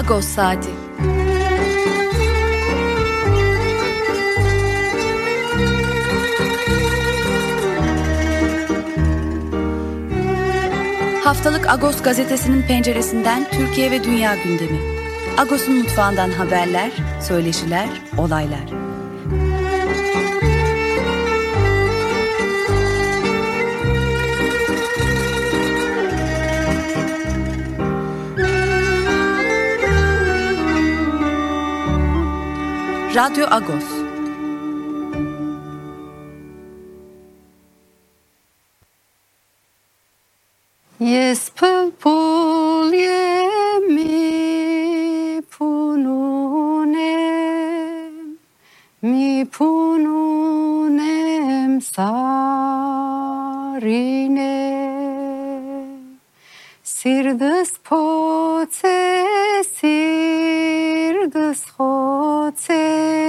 Agos Saati. Haftalık Agos gazetesinin penceresinden Türkiye ve dünya gündemi. Agos'un mutfağından haberler, söyleşiler, olaylar. Radyo Agos. Yespălpul mi pununem sarine sirdes hoce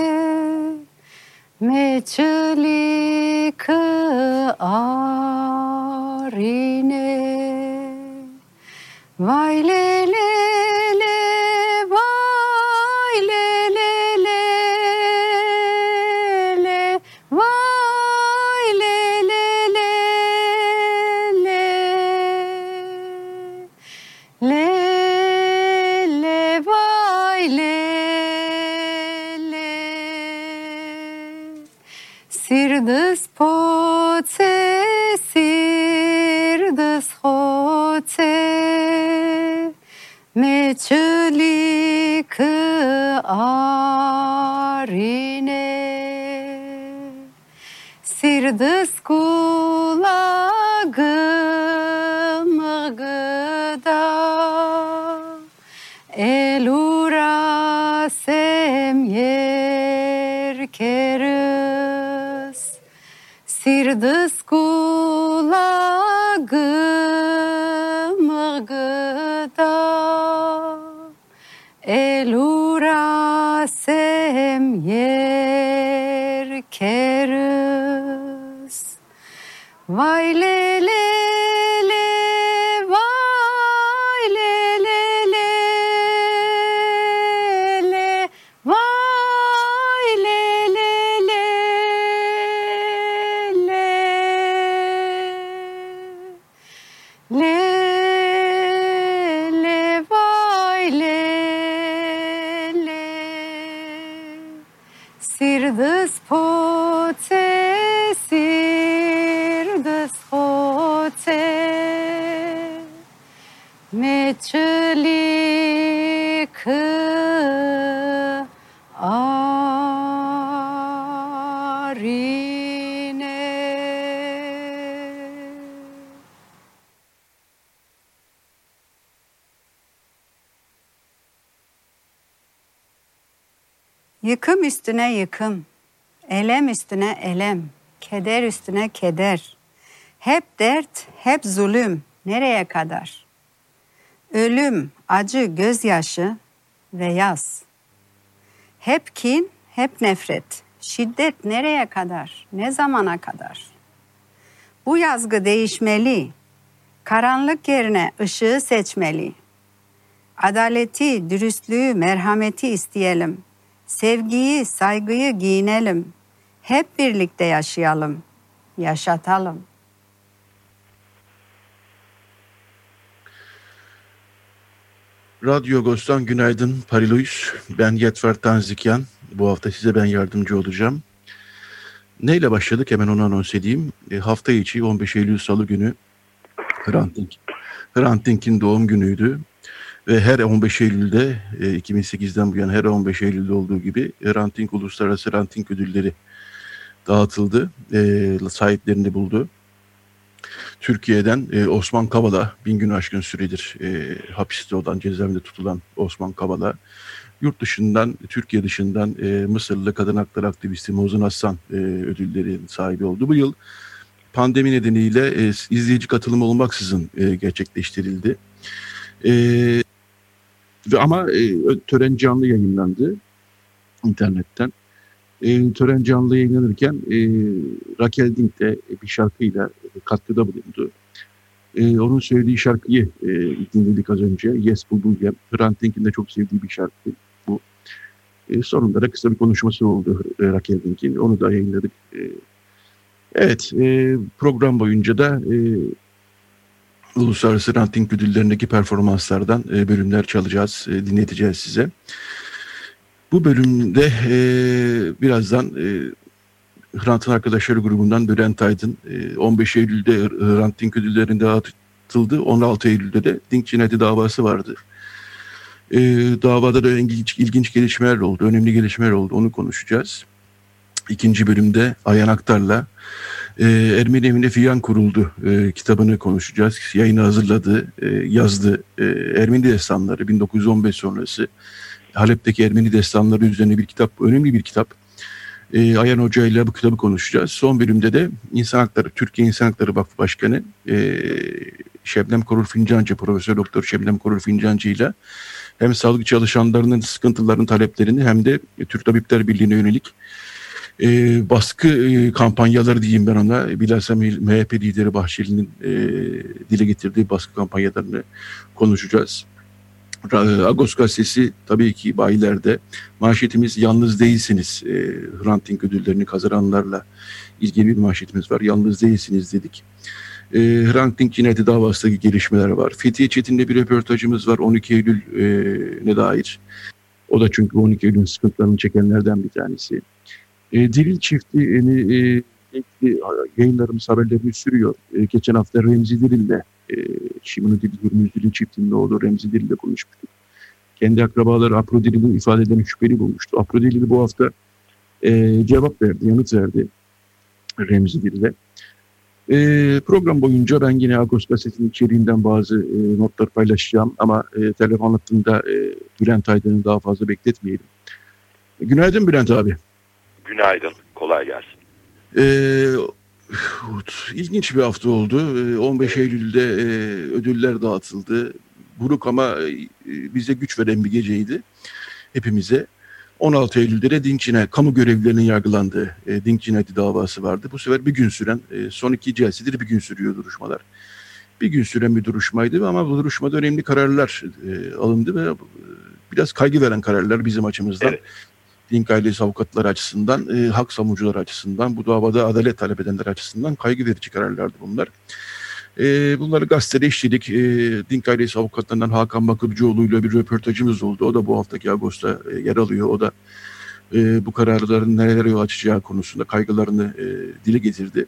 meçelik arine vay le le le vay le le le le vay le le le le le le vay le le sirdes poce sirdes hoce meçelik arine sirdes kulağım gıda elura sem yer keres sirdes kulağım gıda elura sem yer keres vay le le le vay le le le le vay le le le le le le vay le le sirdes poce sirdes hoce meçelik arine. Yıkım üstüne yıkım, elem üstüne elem, keder üstüne keder. Hep dert, hep zulüm, nereye kadar? Ölüm, acı, gözyaşı ve yaz. Hep kin, hep nefret, şiddet nereye kadar, ne zamana kadar? Bu yazgı değişmeli, karanlık yerine ışığı seçmeli. Adaleti, dürüstlüğü, merhameti isteyelim. Sevgiyi, saygıyı giyinelim. Hep birlikte yaşayalım, yaşatalım. Radyo Agos'tan günaydın Parilois. Ben Yetver Tanzikyan. Bu hafta size ben yardımcı olacağım. Neyle başladık hemen onu anons edeyim. Hafta içi 15 Eylül Salı günü Hrant Dink'in doğum günüydü. Ve her 15 Eylül'de 2008'den bu yana her 15 Eylül'de olduğu gibi Hrant Dink Uluslararası Hrant Dink ödülleri dağıtıldı. Sahiplerini buldu. Türkiye'den Osman Kavala, 1000 gün aşkın süredir hapiste olan, cezaevinde tutulan Osman Kavala, yurt dışından, Türkiye dışından Mısırlı kadın hakları aktivisti Mozun Hassan ödüllerin sahibi oldu. Bu yıl pandemi nedeniyle izleyici katılımı olmaksızın gerçekleştirildi. Ama tören canlı yayınlandı internetten. Tören canlı yayınlanırken Raquel Dink de bir şarkıyla katkıda bulundu. Onun söylediği şarkıyı dinledik az önce. Yes Buldum. Hrant Dink'in de çok sevdiği bir şarkı bu. Sonunda da kısa bir konuşması oldu Raquel Dink'in. Onu da yayınladık. Evet, program boyunca da Uluslararası Hrant Dink ödüllerindeki performanslardan bölümler çalacağız, dinleteceğiz size. Bu bölümde birazdan Hrant'ın Arkadaşları grubundan Bülent Aydın 15 Eylül'de Hrant Dink ödüllerinde dağıtıldı. 16 Eylül'de de Dink cinayeti davası vardı. Davada da ilginç gelişmeler oldu, önemli gelişmeler oldu. Onu konuşacağız. İkinci bölümde Ayhan Aktar'la Ermeni Evine Figan Kuruldu kitabını konuşacağız. Yayını hazırladı, yazdı. Ermeni Destanları 1915 sonrası Halep'teki Ermeni Destanları üzerine bir kitap, önemli bir kitap. Ayhan Hoca ile bu kitabı konuşacağız. Son bölümde de İnsan Hakları, Türkiye İnsan Hakları Vakfı Başkanı Şebnem Korur Fincancı, Profesör Doktor Şebnem Korur Fincancı ile hem sağlık çalışanlarının sıkıntılarının taleplerini hem de Türk Tabipler Birliği'ne yönelik baskı kampanyaları diyeyim ben ona. Bilhassa MHP lideri Bahçeli'nin dile getirdiği baskı kampanyalarını konuşacağız. Agos gazetesi tabii ki bayilerde. Manşetimiz yalnız değilsiniz. Hrant Dink ödüllerini kazananlarla ilgili bir manşetimiz var. Yalnız değilsiniz dedik. Hrant Dink cinayeti davasındaki gelişmeler var. Fethiye Çetin'le bir röportajımız var 12 Eylül'e dair. O da çünkü 12 Eylül'ün sıkıntılarını çekenlerden bir tanesi. Diril çifti yayınlarımız, haberlerimiz sürüyor. Geçen hafta Remzi Diril'le Şimunu Diril çiftinin oğlu Remzi Diril'le konuşmuştuk. Kendi akrabaları Apro Diril'i ifade eden şüpheli bulmuştu. Apro Diril bu hafta cevap verdi, yanıt verdi Remzi Diril'e. Program boyunca ben yine Agos gazetesinin içeriğinden bazı notlar paylaşacağım ama telefon hattında Bülent Aydın'ı daha fazla bekletmeyelim. Günaydın Bülent abi. Günaydın, kolay gelsin. İlginç bir hafta oldu. 15 Eylül'de ödüller dağıtıldı. Buruk ama bize güç veren bir geceydi hepimize. 16 Eylül'de de Dink cinayeti, kamu görevlilerinin yargılandığı Dink cinayeti davası vardı. Bu sefer bir gün süren, son iki celsedir bir gün sürüyor duruşmalar. Bir gün süren bir duruşmaydı ama bu duruşmada önemli kararlar alındı ve biraz kaygı veren kararlar bizim açımızdan. Evet. Dink ailesi avukatları açısından, hak savunucuları açısından, bu davada adalet talep edenler açısından kaygı verici kararlardı bunlar. Bunları gazetede işledik. Dink ailesi avukatlarından Hakan Bakırcıoğlu ile bir röportajımız oldu. O da bu haftaki Ağustos'ta yer alıyor. O da bu kararların nerelere yol açacağı konusunda kaygılarını dile getirdi.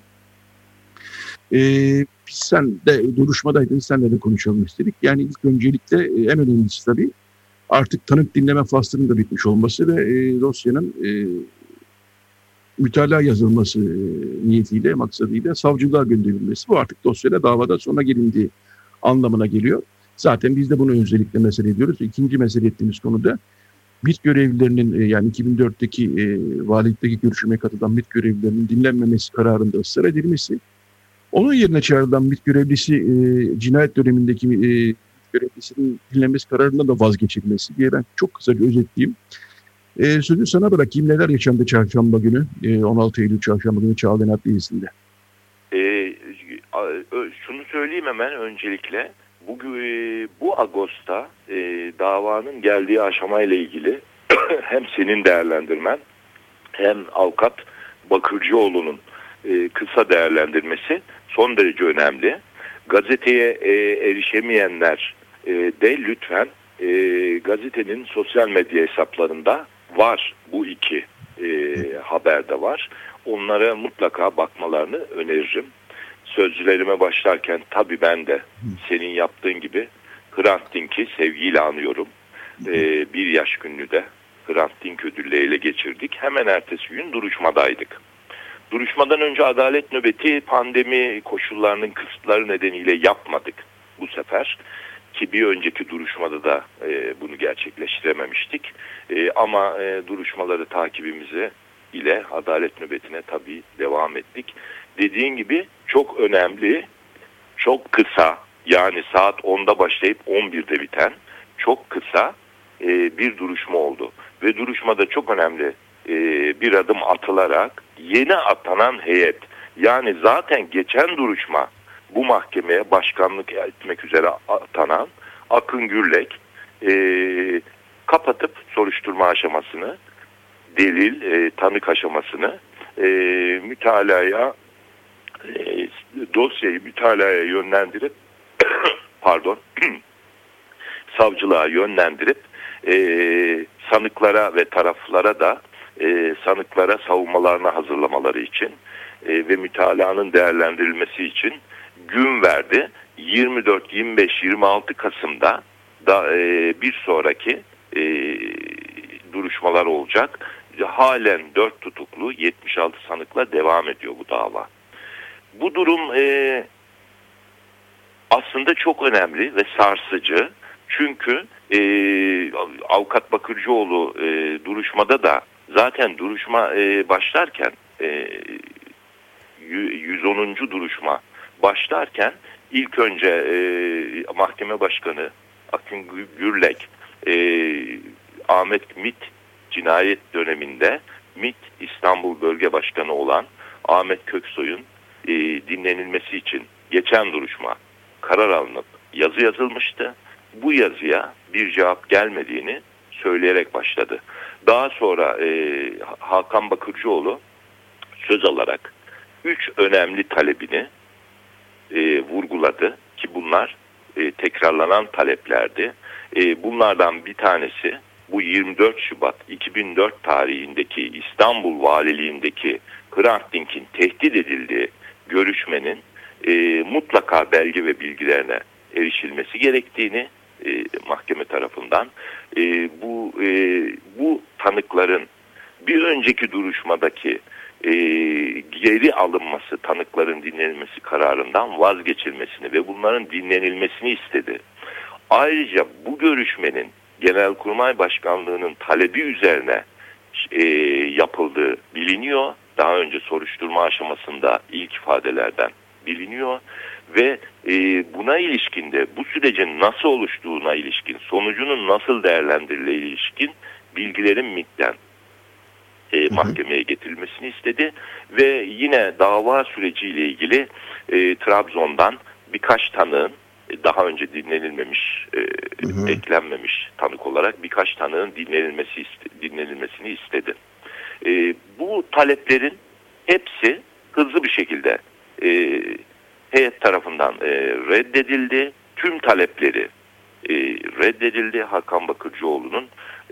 Sen de duruşmadaydın, senle de konuşalım istedik. Yani ilk öncelikle en önemlisi tabii artık tanık dinleme faslının da bitmiş olması ve dosyanın mütalaa yazılması niyetiyle, maksadıyla savcılığa gönderilmesi. Bu artık dosyayla davada sona gelindiği anlamına geliyor. Zaten biz de bunu özellikle mesele ediyoruz. İkinci mesele ettiğimiz konuda MİT görevlilerinin yani 2004'teki valilikteki görüşmeye katılan MİT görevlilerinin dinlenmemesi kararında ısrar edilmesi. Onun yerine çağrılan MİT görevlisi cinayet dönemindeki görevlisinin dinlenmesi kararından da vazgeçilmesi diye ben çok kısaca özetleyeyim. Sözü sana bırakayım. Neler yaşandı çarşamba günü, 16 Eylül çarşamba günü Çağlayan Adliyesi'nde? Şunu söyleyeyim hemen öncelikle. Bu Ağustos'ta davanın geldiği aşamayla ilgili hem senin değerlendirmen hem avukat Bakırcıoğlu'nun kısa değerlendirmesi son derece önemli. Gazeteye erişemeyenler de lütfen gazetenin sosyal medya hesaplarında var, bu iki haberde var. Onlara mutlaka bakmalarını öneririm. Sözlerime başlarken tabii ben de senin yaptığın gibi Hrant Dink'i sevgiyle anıyorum. Bir yaş gününü de Hrant Dink ödülleriyle geçirdik. Hemen ertesi gün duruşmadaydık. Duruşmadan önce adalet nöbeti pandemi koşullarının kısıtları nedeniyle yapmadık bu sefer. Ki bir önceki duruşmada da bunu gerçekleştirememiştik. Ama duruşmaları takibimize ile adalet nöbetine tabii devam ettik. Dediğin gibi çok önemli, çok kısa, yani saat 10'da başlayıp 11'de biten çok kısa bir duruşma oldu. Ve duruşmada çok önemli bir adım atılarak yeni atanan heyet, yani zaten geçen duruşma bu mahkemeye başkanlık etmek üzere atanan Akın Gürlek kapatıp soruşturma aşamasını, delil, tanık aşamasını dosyayı mütalaya yönlendirip savcılığa yönlendirip sanıklara ve taraflara da sanıklara savunmalarını hazırlamaları için ve mütalaanın değerlendirilmesi için gün verdi. 24, 25, 26 Kasım'da da bir sonraki duruşmalar olacak. Halen 4 tutuklu 76 sanıkla devam ediyor bu dava. Bu durum aslında çok önemli ve sarsıcı. Çünkü Avukat Bakırcıoğlu duruşmada da zaten duruşma başlarken 110. duruşma başlarken ilk önce mahkeme başkanı Akın Gürlek Ahmet MİT cinayet döneminde MİT İstanbul Bölge Başkanı olan Ahmet Köksoy'un dinlenilmesi için geçen duruşma karar alınıp yazı yazılmıştı. Bu yazıya bir cevap gelmediğini söyleyerek başladı. Daha sonra Hakan Bakırcıoğlu söz alarak 3 önemli talebini vurguladı ki bunlar tekrarlanan taleplerdi. Bunlardan bir tanesi bu 24 Şubat 2004 tarihindeki İstanbul Valiliğindeki Hrant Dink'in tehdit edildiği görüşmenin mutlaka belge ve bilgilerine erişilmesi gerektiğini mahkeme tarafından bu tanıkların bir önceki duruşmadaki geri alınması, tanıkların dinlenilmesi kararından vazgeçilmesini ve bunların dinlenilmesini istedi. Ayrıca bu görüşmenin Genelkurmay Başkanlığı'nın talebi üzerine yapıldığı biliniyor. Daha önce soruşturma aşamasında ilk ifadelerden biliniyor ve buna ilişkin de bu sürecin nasıl oluştuğuna ilişkin, sonucunun nasıl değerlendirildiğine ilişkin bilgilerin MİT'ten mahkemeye getirilmesini istedi ve yine dava süreciyle ilgili Trabzon'dan birkaç tanığın daha önce dinlenilmemiş, eklenmemiş tanık olarak birkaç tanığın dinlenilmesini istedi. Bu taleplerin hepsi hızlı bir şekilde heyet tarafından reddedildi. Tüm talepleri reddedildi Hakan Bakırcıoğlu'nun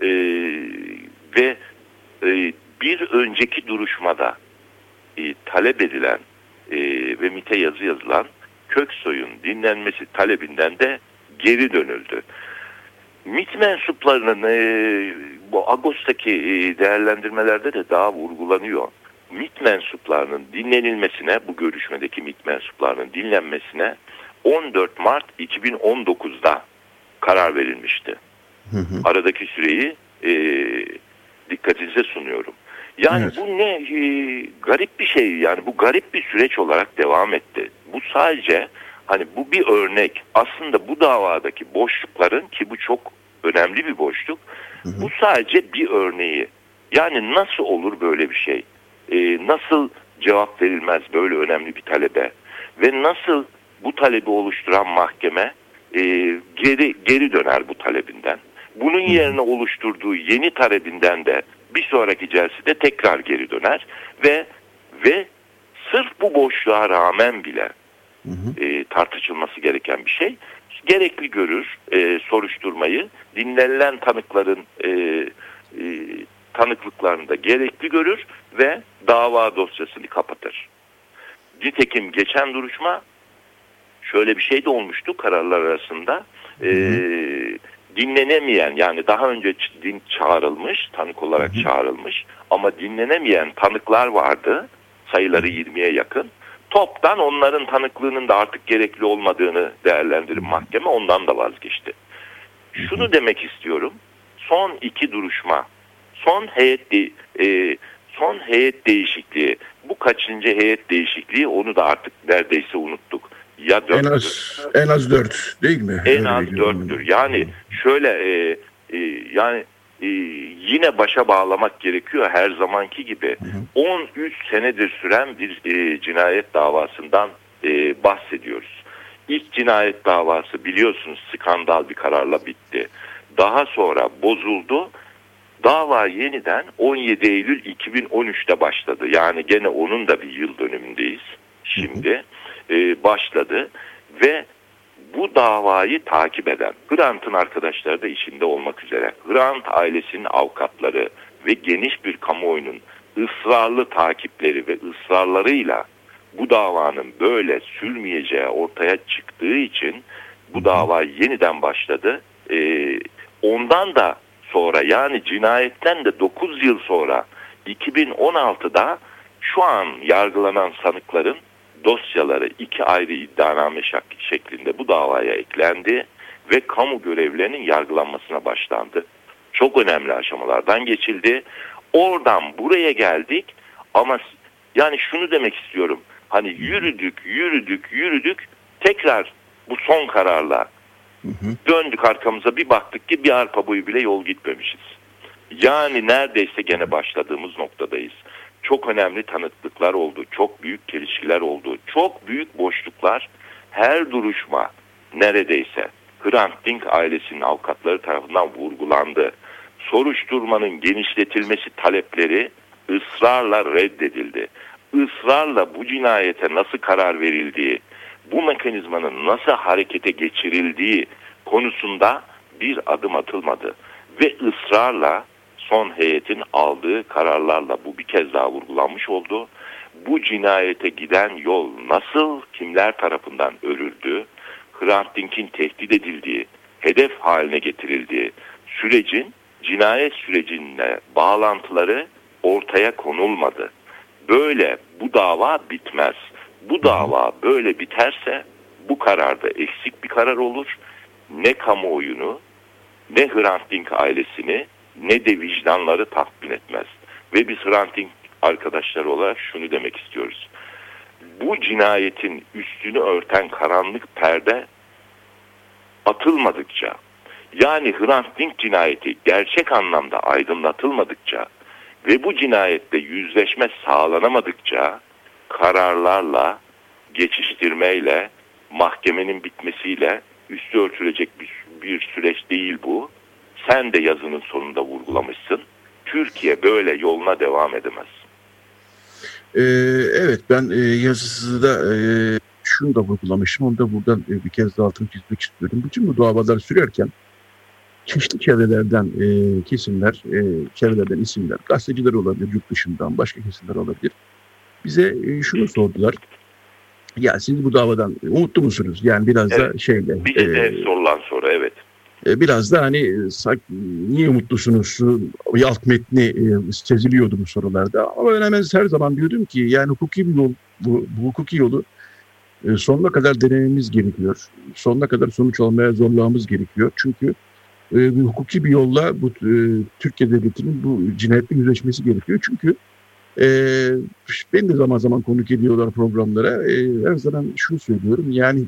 ve bir önceki duruşmada talep edilen ve MİT'e yazı yazılan Köksoy'un dinlenmesi talebinden de geri dönüldü. MİT mensuplarının bu Ağustos'taki değerlendirmelerde de daha vurgulanıyor. MİT mensuplarının dinlenilmesine, bu görüşmedeki MİT mensuplarının dinlenmesine 14 Mart 2019'da karar verilmişti. Aradaki süreyi dikkatinize sunuyorum. Yani evet. Bu ne garip bir şey, yani bu garip bir süreç olarak devam etti. Bu sadece hani bu bir örnek. Aslında bu davadaki boşlukların, ki bu çok önemli bir boşluk. Bu sadece bir örneği. Yani nasıl olur böyle bir şey? Nasıl cevap verilmez böyle önemli bir talebe? Ve nasıl bu talebi oluşturan mahkeme geri döner bu talebinden? Bunun yerine oluşturduğu yeni talebinden de bir sonraki celsede tekrar geri döner ve sırf bu boşluğa rağmen bile tartışılması gereken bir şey. Gerekli görür soruşturmayı, dinlenilen tanıkların tanıklıklarını da gerekli görür ve dava dosyasını kapatır. Nitekim geçen duruşma şöyle bir şey de olmuştu kararlar arasında. Dinlenemeyen, yani daha önce çağrılmış, tanık olarak çağrılmış ama dinlenemeyen tanıklar vardı. Sayıları 20'ye yakın. Toptan onların tanıklığının da artık gerekli olmadığını değerlendirip mahkeme ondan da vazgeçti. Şunu demek istiyorum. Son iki duruşma, son heyet değişikliği, bu kaçıncı heyet değişikliği onu da artık neredeyse unuttuk. Ya en az 4 değil mi? En az 4'tür. Yani şöyle yine başa bağlamak gerekiyor her zamanki gibi. 13 senedir süren bir cinayet davasından bahsediyoruz. İlk cinayet davası biliyorsunuz skandal bir kararla bitti. Daha sonra bozuldu. Dava yeniden 17 Eylül 2013'te başladı. Yani gene onun da bir yıl dönümündeyiz. Şimdi başladı ve bu davayı takip eden Hrant'ın arkadaşları da içinde olmak üzere Hrant ailesinin avukatları ve geniş bir kamuoyunun ısrarlı takipleri ve ısrarlarıyla bu davanın böyle sürmeyeceği ortaya çıktığı için bu dava yeniden başladı. Ondan da sonra, yani cinayetten de 9 yıl sonra 2016'da şu an yargılanan sanıkların dosyaları 2 ayrı iddianame şeklinde bu davaya eklendi ve kamu görevlilerinin yargılanmasına başlandı. Çok önemli aşamalardan geçildi. Oradan buraya geldik ama yani şunu demek istiyorum. Hani yürüdük tekrar bu son kararla döndük arkamıza, bir baktık ki bir arpa boyu bile yol gitmemişiz. Yani neredeyse gene başladığımız noktadayız. Çok önemli tanıklıklar oldu, çok büyük çelişkiler oldu, çok büyük boşluklar, her duruşma neredeyse Hrant Dink ailesinin avukatları tarafından vurgulandı. Soruşturmanın genişletilmesi talepleri ısrarla reddedildi. Israrla bu cinayete nasıl karar verildiği, bu mekanizmanın nasıl harekete geçirildiği konusunda bir adım atılmadı. Ve ısrarla son heyetin aldığı kararlarla bu bir kez daha vurgulanmış oldu. Bu cinayete giden yol nasıl, kimler tarafından örüldü, Hrant Dink'in tehdit edildiği, hedef haline getirildiği sürecin cinayet sürecinle bağlantıları ortaya konulmadı. Böyle bu dava bitmez. Bu dava böyle biterse bu kararda eksik bir karar olur. Ne kamuoyunu, ne Hrant Dink ailesini, ne de vicdanları tatmin etmez. Ve biz Hrant Dink arkadaşları olarak şunu demek istiyoruz. Bu cinayetin üstünü örten karanlık perde atılmadıkça, yani Hrant Dink cinayeti gerçek anlamda aydınlatılmadıkça ve bu cinayette yüzleşme sağlanamadıkça kararlarla, geçiştirmeyle, mahkemenin bitmesiyle üstü örtülecek bir süreç değil bu. Sen de yazının sonunda vurgulamışsın. Türkiye böyle yoluna devam edemez. Evet, ben yazısında şunu da vurgulamışım. Onu da buradan bir kez daha altını çizmek istiyorum. Bütün bu davalar sürerken çeşitli çevrelerden kesimler, çevrelerden isimler, gazeteciler olabilir, yurt dışından başka kesimler olabilir. Bize şunu sordular. Ya siz bu davadan umutlu musunuz? Yani biraz da şeyle. Bize de sorulan soru, evet. Biraz da hani niye umutlusunuz? Alt metni seziliyordu bu sorularda. Ama ben hemen her zaman diyordum ki yani hukuki bir yol, bu hukuki yolu sonuna kadar denememiz gerekiyor. Sonuna kadar sonuç almaya zorlamamız gerekiyor. Çünkü hukuki bir yolla bu Türkiye Devleti'nin bu cinayetle yüzleşmesi gerekiyor. Çünkü beni de zaman zaman konuk ediyorlar programlara. Her zaman şunu söylüyorum. Yani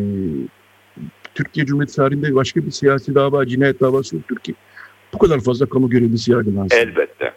Türkiye Cumhuriyeti tarihinde başka bir siyasi dava, cinayet davası yoktur ki bu kadar fazla kamu görevlisi yargılansın. Elbette.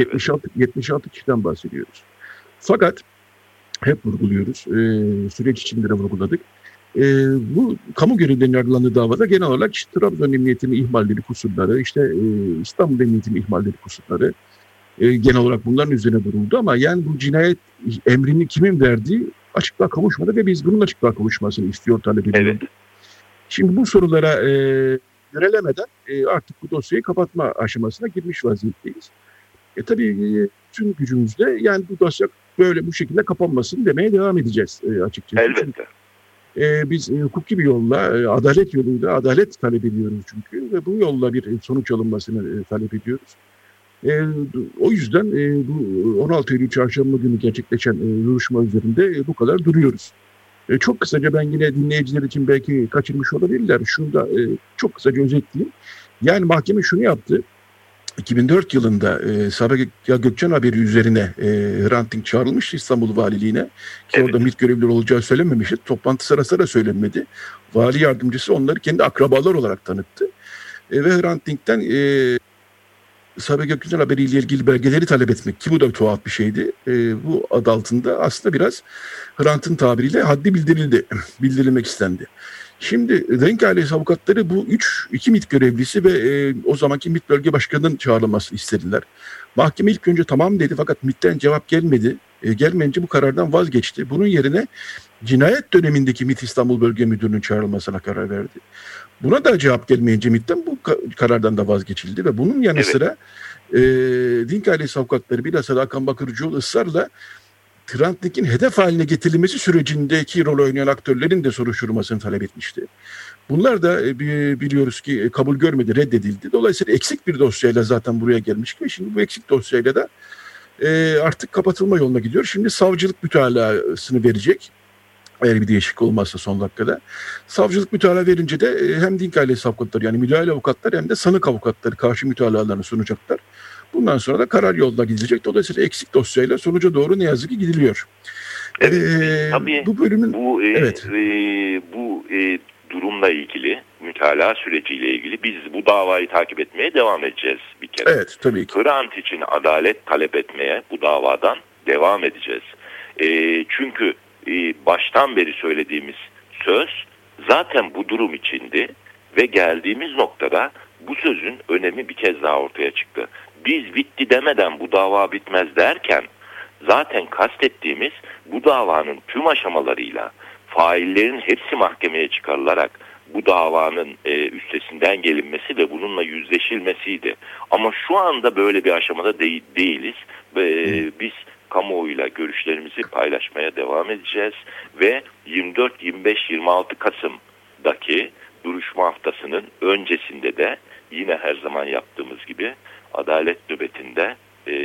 76 kişiden bahsediyoruz. Fakat hep vurguluyoruz. Süreç içinde de vurguladık. Bu kamu görevlilerinin yargılandığı davada genel olarak işte Trabzon Emniyeti'nin ihmalleri, kusurları, işte İstanbul Emniyeti'nin ihmalleri, kusurları genel olarak bunların üzerine duruldu ama yani bu cinayet emrini kimin verdiği açıklığa kavuşmadı ve biz bunun açıklığa kavuşmasını istiyor, talep ediyoruz. Evet. Şimdi bu sorulara yönelemeden artık bu dosyayı kapatma aşamasına girmiş vaziyetteyiz. Tabii tüm gücümüzle yani bu dosya böyle bu şekilde kapanmasın demeye devam edeceğiz açıkçası. Elbette. Biz hukuki bir yolla, adalet yoluyla adalet talep ediyoruz çünkü ve bu yolla bir sonuç alınmasını talep ediyoruz. O yüzden bu 16 Eylül çarşamba günü gerçekleşen duruşma üzerinde bu kadar duruyoruz. Çok kısaca ben yine dinleyiciler için belki kaçırmış olabilirler. Şunu da çok kısaca özetleyeyim. Yani mahkeme şunu yaptı. 2004 yılında Sabiha Gökçen haberi üzerine Hrant Dink çağrılmış İstanbul Valiliğine. Ki orada MİT görevlileri olacağı söylenmemişti. Toplantı sırasında da söylenmedi. Vali yardımcısı onları kendi akrabalar olarak tanıttı. Ve Hrant Dink'ten Sabiha Gökçen'in haberiyle ilgili belgeleri talep etmek, ki bu da tuhaf bir şeydi. Bu adı altında aslında biraz Hrant'ın tabiriyle haddi bildirilmek istendi. Şimdi denk ailesi avukatları bu iki MİT görevlisi ve o zamanki MİT bölge başkanının çağrılmasını istediler. Mahkeme ilk önce tamam dedi, fakat MİT'ten cevap gelmedi. Gelmeyince bu karardan vazgeçti. Bunun yerine cinayet dönemindeki MİT İstanbul Bölge Müdürü'nün çağrılmasına karar verdi. Buna da cevap gelmeyince MİT'ten bu karardan da vazgeçildi ve bunun yanı sıra Dink ailesi avukatları bilhassa Hakan Bakırcıoğlu ısrarla Hrant Dink'in hedef haline getirilmesi sürecindeki rol oynayan aktörlerin de soruşturulmasını talep etmişti. Bunlar da biliyoruz ki kabul görmedi, reddedildi. Dolayısıyla eksik bir dosyayla zaten buraya gelmiş ve şimdi bu eksik dosyayla da artık kapatılma yoluna gidiyor. Şimdi savcılık mütalasını verecek. Eğer bir değişiklik olmazsa son dakikada. Savcılık mütalaa verince de hem Dink ailesi avukatları, yani müdahale avukatlar, hem de sanık avukatları karşı mütalalarını sunacaklar. Bundan sonra da karar yoluna gidilecek. Dolayısıyla eksik dosyayla sonuca doğru ne yazık ki gidiliyor. Evet, tabii bu bölümün bu durumla ilgili, mütalaa süreciyle ilgili biz bu davayı takip etmeye devam edeceğiz bir kere. Evet, tabii ki. Hrant için adalet talep etmeye bu davadan devam edeceğiz. Çünkü baştan beri söylediğimiz söz zaten bu durum içindi ve geldiğimiz noktada bu sözün önemi bir kez daha ortaya çıktı. Biz bitti demeden bu dava bitmez derken zaten kastettiğimiz bu davanın tüm aşamalarıyla faillerin hepsi mahkemeye çıkarılarak bu davanın üstesinden gelinmesi ve bununla yüzleşilmesiydi. Ama şu anda böyle bir aşamada değiliz. Biz kamuoyuyla görüşlerimizi paylaşmaya devam edeceğiz ve 24, 25, 26 Kasım'daki duruşma haftasının öncesinde de yine her zaman yaptığımız gibi adalet nöbetinde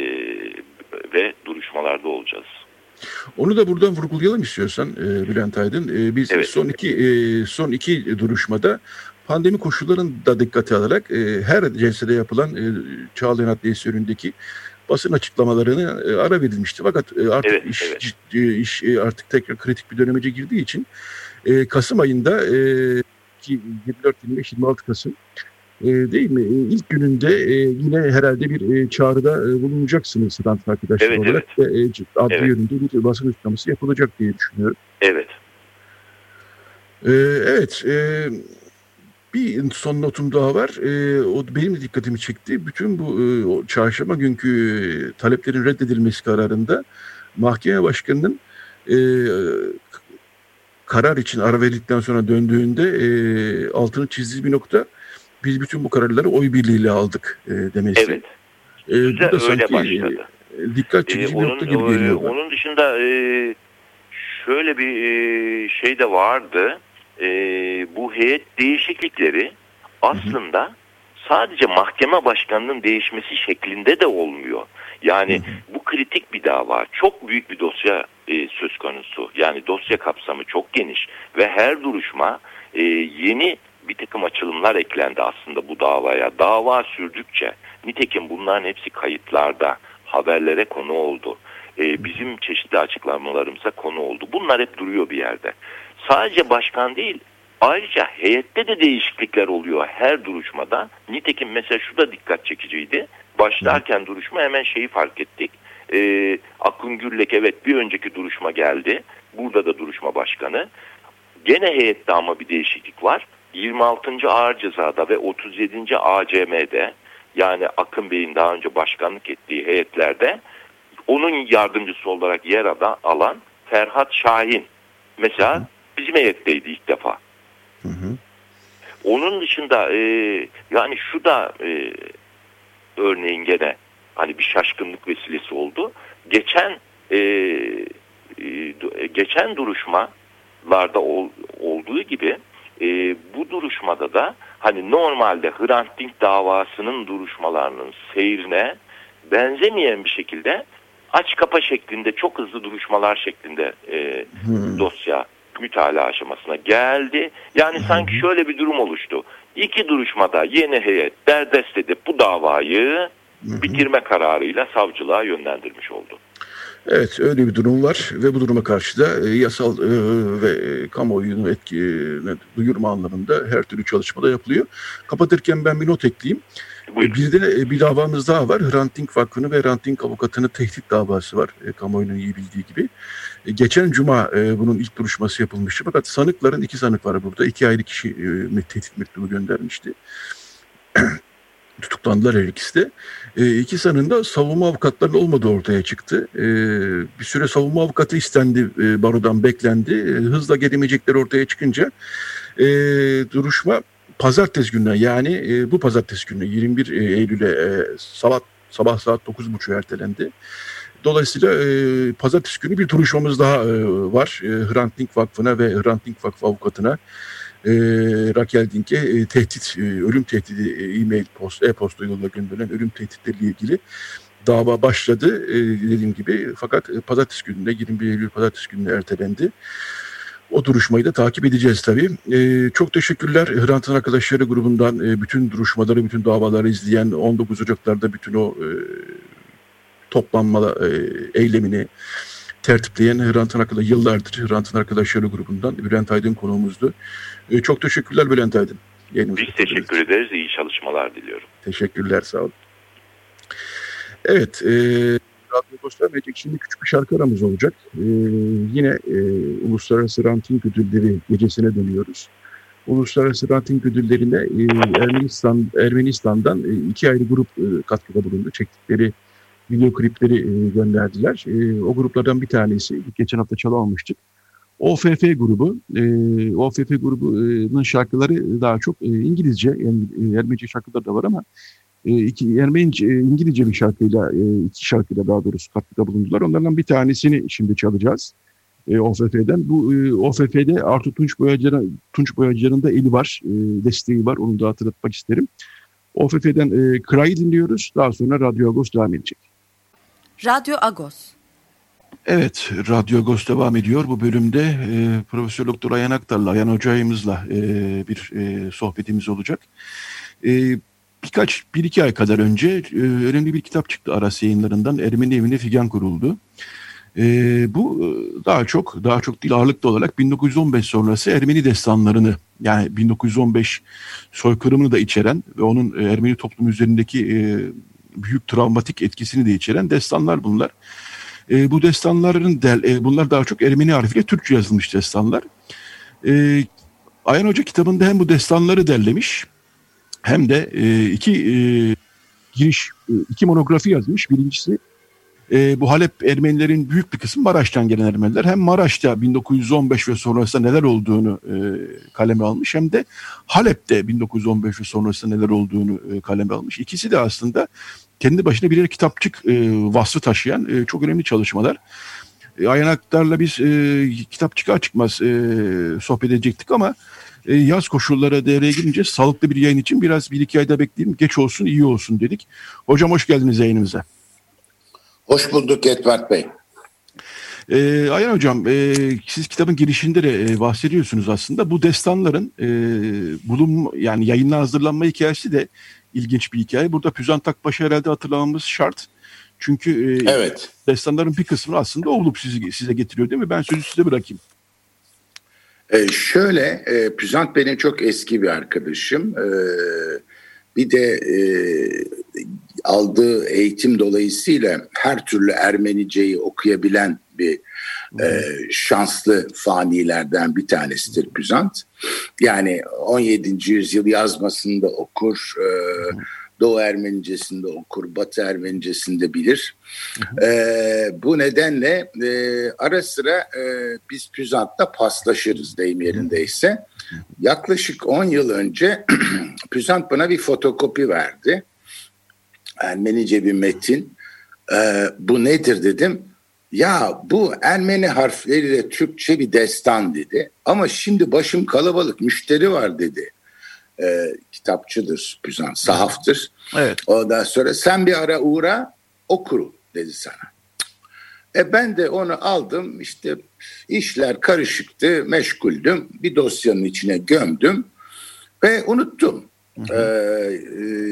ve duruşmalarda olacağız. Onu da buradan vurgulayalım istiyorsan Bülent Aydın. Biz evet, son iki duruşmada pandemi koşullarını da dikkate alarak her celsede yapılan Çağlayan Adliyesi önündeki basın açıklamalarını ara verilmişti. Fakat artık iş artık tekrar kritik bir döneme girdiği için Kasım ayında 24, 25, 26 Kasım değil mi? İlk gününde yine herhalde bir çağrıda bulunacaksınız Hrant arkadaşlar olarak. Evet. Adli yönünde bir basın açıklaması yapılacak diye düşünüyorum. Evet. Evet. Bir son notum daha var. O benim de dikkatimi çekti. Bütün bu çarşamba günkü taleplerin reddedilmesi kararında mahkeme başkanının karar için ara verdikten sonra döndüğünde altını çizdiği bir nokta, biz bütün bu kararları oy birliğiyle aldık demesi. Evet. Bu da sanki başladı. Dikkat çekici bir nokta gibi geliyor. Onun dışında şöyle bir şey de vardı. Bu heyet değişiklikleri aslında sadece mahkeme başkanının değişmesi şeklinde de olmuyor. Yani bu kritik bir dava. Çok büyük bir dosya söz konusu. Yani dosya kapsamı çok geniş ve her duruşma yeni bir takım açılımlar eklendi aslında bu davaya. Dava sürdükçe, nitekim bunların hepsi kayıtlarda, haberlere konu oldu. Bizim çeşitli açıklamalarımıza konu oldu. Bunlar hep duruyor bir yerde. Sadece başkan değil, ayrıca heyette de değişiklikler oluyor her duruşmada. Nitekim mesela şu da dikkat çekiciydi. Başlarken duruşma hemen şeyi fark ettik. Akın Gürlek evet bir önceki duruşma geldi. Burada da duruşma başkanı. Gene heyette ama bir değişiklik var. 26. Ağır Ceza'da ve 37. ACM'de, yani Akın Bey'in daha önce başkanlık ettiği heyetlerde onun yardımcısı olarak yer alan Ferhat Şahin mesela bizim heyetteydi ilk defa. Onun dışında yani şu da örneğin gene hani bir şaşkınlık vesilesi oldu. Geçen duruşmalarda olduğu gibi bu duruşmada da hani normalde Hrant Dink davasının duruşmalarının seyrine benzemeyen bir şekilde aç kapa şeklinde, çok hızlı duruşmalar şeklinde dosya mütalaa aşamasına geldi. Yani sanki şöyle bir durum oluştu. İki duruşmada yeni heyet derdest edip bu davayı bitirme kararıyla savcılığa yönlendirmiş oldu. Evet, öyle bir durum var ve bu duruma karşı da yasal ve kamuoyunu duyurma anlamında her türlü çalışma da yapılıyor. Kapatırken ben bir not ekleyeyim. Buyurun. Bir de bir davamız daha var. Hrant Dink Vakfı'nı ve Hrant Dink avukatını tehdit davası var. Kamuoyunun iyi bildiği gibi. Geçen cuma bunun ilk duruşması yapılmıştı. Fakat iki sanık var burada. 2 ayrı kişi tehdit mektubu göndermişti. Tutuklandılar her ikisi de. İki sanığın da savunma avukatlarının olmadığı ortaya çıktı. Bir süre savunma avukatı istendi, barodan beklendi. Hızla gelemeyecekleri ortaya çıkınca duruşma pazartesi gününe, yani bu pazartesi gününe 21 Eylül'e sabah saat 9.30'a ertelendi. Dolayısıyla pazartesi günü bir duruşmamız daha var. Hrant Dink Vakfı'na ve Hrant Dink Vakfı avukatına, Raquel Dink'e ölüm tehdidi, e-mail, e-posta yoluyla gönderilen ölüm tehditleriyle ilgili dava başladı. Dediğim gibi, fakat pazartesi gününe, 21 Eylül pazartesi gününe ertelendi. O duruşmayı da takip edeceğiz tabii. Çok teşekkürler Hrant'ın arkadaşları grubundan bütün duruşmaları, bütün davaları izleyen, 19 Ocak'larda bütün o toplanma eylemini tertipleyen yıllardır Hrant'ın arkadaşları grubundan Bülent Aydın konuğumuzdu. Çok teşekkürler Bülent Aydın. Biz teşekkür ederiz. İyi çalışmalar diliyorum. Teşekkürler, sağ olun. Evet, Radyo Agos'ta şimdi küçük bir şarkı aramız olacak. Yine Uluslararası Hrant Dink Ödülleri gecesine dönüyoruz. Uluslararası Hrant Dink Ödülleri'ne Ermenistan'dan 2 ayrı grup katkıda bulundu. Çektikleri video klipleri gönderdiler. O gruplardan bir tanesi, geçen hafta çalamamıştık, OFF grubu. OFF grubunun şarkıları daha çok İngilizce, yani Ermenice şarkılar da var ama İngilizce bir şarkıyla, 2 şarkıyla daha doğrusu katkıda bulundular. Onlardan bir tanesini şimdi çalacağız OFF'den. Bu OFF'de Artu Tunç Boyacı'nın da eli var, desteği var. Onu da hatırlatmak isterim. OFF'den Kra'yı dinliyoruz. Daha sonra Radyo Agos devam edecek. Radyo Agos. Evet, Radyo Agos devam ediyor. Bu bölümde Profesör Doktor Ayhan Aktar'la, Ayhan Hoca'yımızla bir sohbetimiz olacak. Bir iki ay kadar önce önemli bir kitap çıktı Aras Yayınları'ndan. Ermeni Evine Figan kuruldu. Bu daha çok değil, ağırlıklı olarak 1915 sonrası Ermeni destanlarını, yani 1915 soykırımını da içeren ve onun Ermeni toplum üzerindeki büyük travmatik etkisini de içeren destanlar bunlar. Bu destanların bunlar daha çok Ermeni harfiyle Türkçe yazılmış destanlar. Ayhan Hoca kitabında hem bu destanları derlemiş hem de iki monografi yazmış. Birincisi, bu Halep Ermenilerin büyük bir kısmı Maraş'tan gelen Ermeniler. Hem Maraş'ta 1915 ve sonrasında neler olduğunu kaleme almış, hem de Halep'te 1915 ve sonrasında neler olduğunu kaleme almış. İkisi de aslında kendi başına birer kitapçık vasfı taşıyan çok önemli çalışmalar. Ayhan Aktar'la biz kitap çıkar çıkmaz sohbet edecektik ama yaz koşulları devreye girince sağlıklı bir yayın için bir iki ayda bekleyelim. Geç olsun, iyi olsun dedik. Hocam hoş geldiniz yayınımıza. Hoş bulduk Edvard Bey. Ayhan Hocam, siz kitabın girişinde de bahsediyorsunuz aslında. Bu destanların yani yayınla hazırlanma hikayesi de ilginç bir hikaye. Burada Püzant Akbaş'ı herhalde hatırlamamız şart. Çünkü evet, destanların bir kısmını aslında o bulup size getiriyor değil mi? Ben sözü size bırakayım. Püzant benim çok eski bir arkadaşım. Bir de aldığı eğitim dolayısıyla her türlü Ermeniceyi okuyabilen bir şanslı fanilerden bir tanesidir Püzant. Yani 17. yüzyıl yazmasını da okur, Doğu Ermenicesini de okur, Batı Ermenicesini de bilir. Bu nedenle ara sıra biz Püzant'la paslaşırız deyim yerindeyse. Yaklaşık 10 yıl önce Püzant bana bir fotokopi verdi. Ermenice bir metin. Bu nedir dedim. Ya bu Ermeni harfleriyle Türkçe bir destan dedi. Ama şimdi başım kalabalık, müşteri var dedi. Kitapçıdır Püzant, sahaftır. Evet. Ondan sonra sen bir ara uğra oku dedi sana. Ben de onu aldım, işte işler karışıktı, meşguldüm. Bir dosyanın içine gömdüm ve unuttum.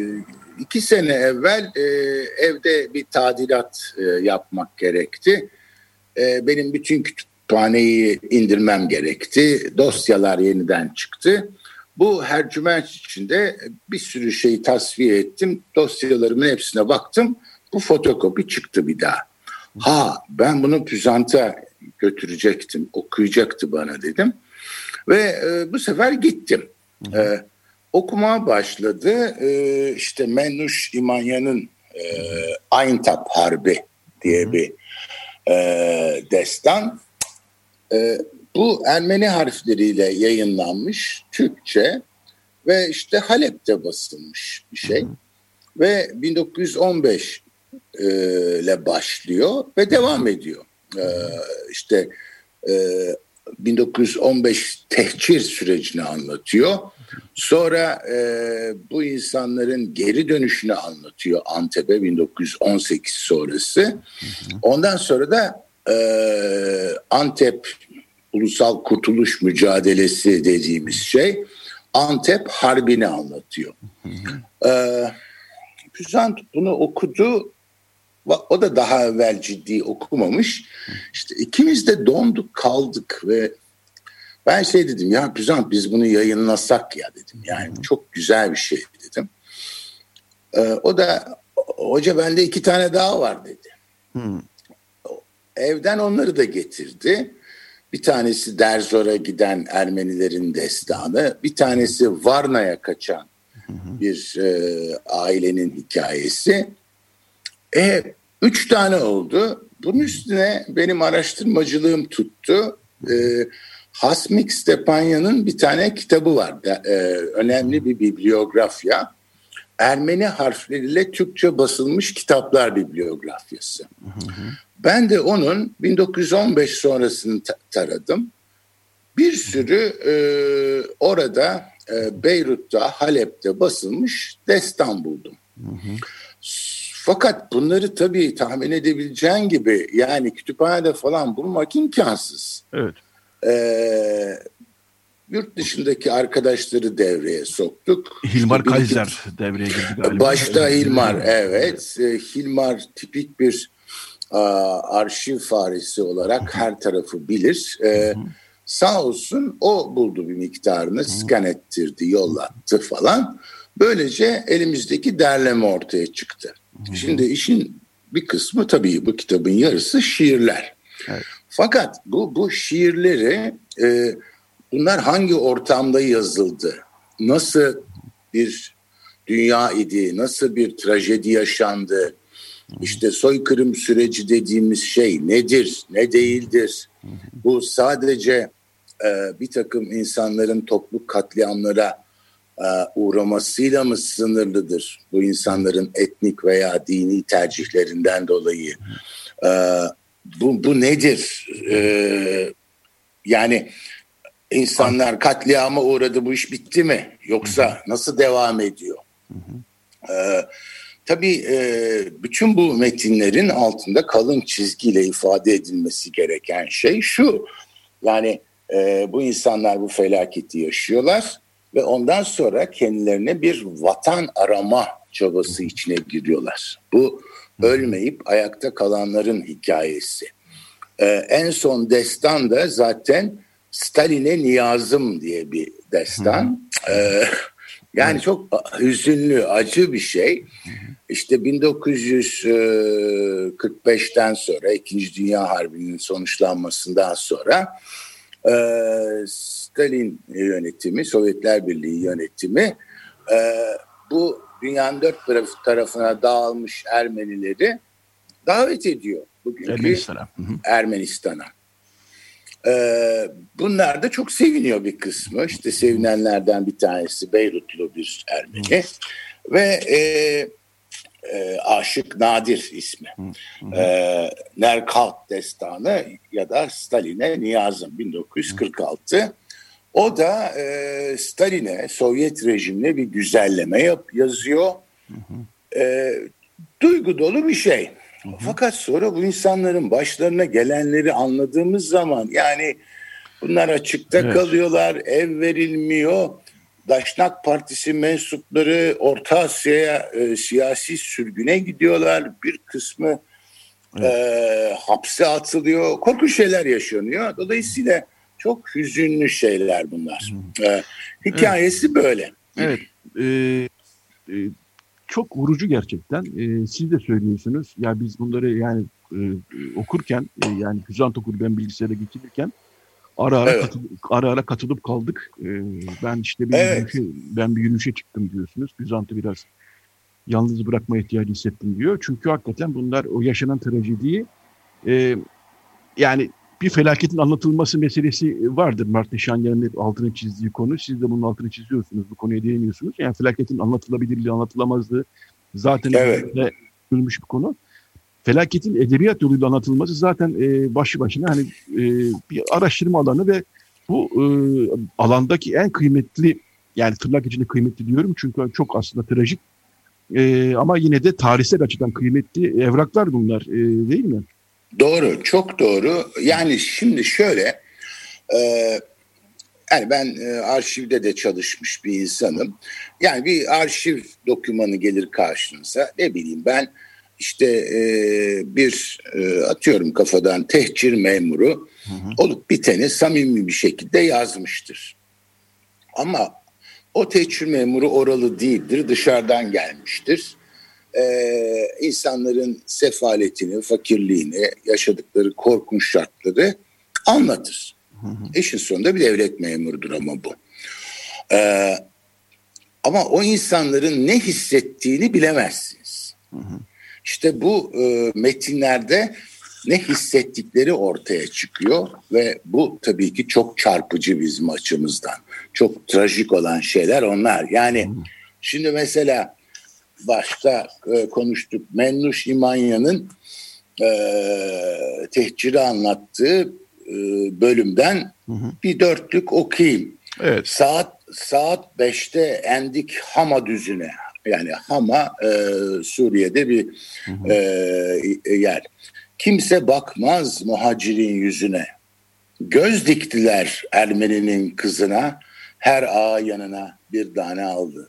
2 sene evvel evde bir tadilat yapmak gerekti. benim bütün kütüphaneyi indirmem gerekti. Dosyalar yeniden çıktı. Bu hercüment içinde bir sürü şeyi tasfiye ettim. Dosyalarımın hepsine baktım. Bu fotokopi çıktı bir daha. Ben bunu Püzant'a götürecektim. Okuyacaktı bana dedim. Ve bu sefer gittim. Okumaya başladı. İşte Mennuş İmanya'nın Ayntap Harbi diye bir destan. Bu Ermeni harfleriyle yayınlanmış Türkçe ve işte Halep'te basılmış bir şey. Ve 1915 ile başlıyor ve devam ediyor. İşte 1915 tehcir sürecini anlatıyor. Sonra bu insanların geri dönüşünü anlatıyor Antep'e 1918 sonrası. Ondan sonra da Antep Ulusal Kurtuluş Mücadelesi dediğimiz şey Antep Harbi'ni anlatıyor. Püzant bunu okudu. O da daha evvel ciddi okumamış. İşte ikimiz de donduk kaldık ve ben dedim ya Püzant biz bunu yayınlasak ya dedim. Yani çok güzel bir şey dedim. O da hoca bende 2 tane daha var dedi. Evden onları da getirdi. Bir tanesi Derzor'a giden Ermenilerin destanı. Bir tanesi Varna'ya kaçan bir ailenin hikayesi. 3 tane oldu. Bunun üstüne benim araştırmacılığım tuttu. Hasmik Stepanya'nın bir tane kitabı var. Önemli bir bibliografya. Ermeni harfleriyle Türkçe basılmış kitaplar bibliografyası. Ben de onun 1915 sonrasını taradım. Bir sürü orada Beyrut'ta, Halep'te basılmış destan buldum. Fakat bunları tabii tahmin edebileceğin gibi yani kütüphanede falan bulmak imkansız. Evet. Yurt dışındaki arkadaşları devreye soktuk. Hilmar Kaiser devreye girdi galiba. Başta Hilmar, evet. Hilmar tipik bir arşiv faresi olarak her tarafı bilir. Sağ olsun o buldu bir miktarını, scan ettirdi, yollattı falan. Böylece elimizdeki derleme ortaya çıktı. Şimdi işin bir kısmı tabii bu kitabın yarısı şiirler. Evet. Fakat bu şiirleri bunlar hangi ortamda yazıldı? Nasıl bir dünya idi? Nasıl bir trajedi yaşandı? İşte soykırım süreci dediğimiz şey nedir? Ne değildir? Bu sadece bir takım insanların toplu katliamlara uğramasıyla mı sınırlıdır? Bu insanların etnik veya dini tercihlerinden dolayı. Bu nedir? Yani insanlar katliama uğradı, bu iş bitti mi? Yoksa nasıl devam ediyor? Tabii bütün bu metinlerin altında kalın çizgiyle ifade edilmesi gereken şey şu. Yani bu insanlar bu felaketi yaşıyorlar ve ondan sonra kendilerine bir vatan arama çabası içine giriyorlar. Bu ölmeyip ayakta kalanların hikayesi. En son destan da zaten Stalin'e Niyazım diye bir destan. Yani çok hüzünlü, acı bir şey. İşte 1945'ten sonra, 2. Dünya Harbi'nin sonuçlanmasından sonra Stalin yönetimi, Sovyetler Birliği yönetimi bu dünyanın 4 tarafına dağılmış Ermenileri davet ediyor bugünkü Ermenistan'a. Bunlar da çok seviniyor bir kısmı. İşte sevinenlerden bir tanesi Beyrutlu bir Ermeni ve Aşık Nadir ismi. Nerkalt Destanı ya da Stalin'e Niyazım 1946. O da Stalin'e, Sovyet rejimine bir güzelleme yazıyor. Duygu dolu bir şey. Fakat sonra bu insanların başlarına gelenleri anladığımız zaman yani bunlar açıkta kalıyorlar, ev verilmiyor. Daşnak Partisi mensupları Orta Asya'ya siyasi sürgüne gidiyorlar. Bir kısmı hapse atılıyor. Korkunç şeyler yaşanıyor. Dolayısıyla çok hüzünlü şeyler bunlar. Hikayesi böyle. Evet. Çok vurucu gerçekten. Siz de söylüyorsunuz. Ya biz bunları yani okurken yani Bizant okulu ben bilgisayara geçirirken ara ara katılıp kaldık. Ben işte bir yürüyüşe çıktım diyorsunuz. Bizant'ı biraz yalnız bırakma ihtiyacı hissettim diyor. Çünkü hakikaten bunlar o yaşanan trajediyi yani bir felaketin anlatılması meselesi vardır. Mart Nişanyan'ın altını çizdiği konu. Siz de bunun altını çiziyorsunuz. Bu konuya değiniyorsunuz. Yani felaketin anlatılabilirliği, anlatılamazlığı zaten ölmüş bir konu. Felaketin edebiyat yoluyla anlatılması zaten başlı başına hani bir araştırma alanı ve bu alandaki en kıymetli, yani tırnak içinde kıymetli diyorum çünkü çok aslında trajik ama yine de tarihsel açıdan kıymetli evraklar bunlar, değil mi? Doğru, çok doğru. Yani şimdi şöyle, yani ben arşivde de çalışmış bir insanım. Yani bir arşiv dokümanı gelir karşınıza, ne bileyim ben işte atıyorum kafadan tehcir memuru olup biteni samimi bir şekilde yazmıştır. Ama o tehcir memuru oralı değildir, dışarıdan gelmiştir. İnsanların sefaletini, fakirliğini, yaşadıkları korkunç şartları anlatır. İşin sonunda bir devlet memurudur ama bu. Ama o insanların ne hissettiğini bilemezsiniz. İşte bu metinlerde ne hissettikleri ortaya çıkıyor ve bu tabii ki çok çarpıcı bizim açımızdan. Çok trajik olan şeyler onlar. Yani şimdi mesela başta konuştuk, Mennuş İmanya'nın tehciri anlattığı bölümden bir dörtlük okuyayım. Evet. Saat 5'te Endik Hama düzüne, yani Hama Suriye'de bir yer. Kimse bakmaz muhacirin yüzüne. Göz diktiler Ermeninin kızına, her ağa yanına bir tane aldı.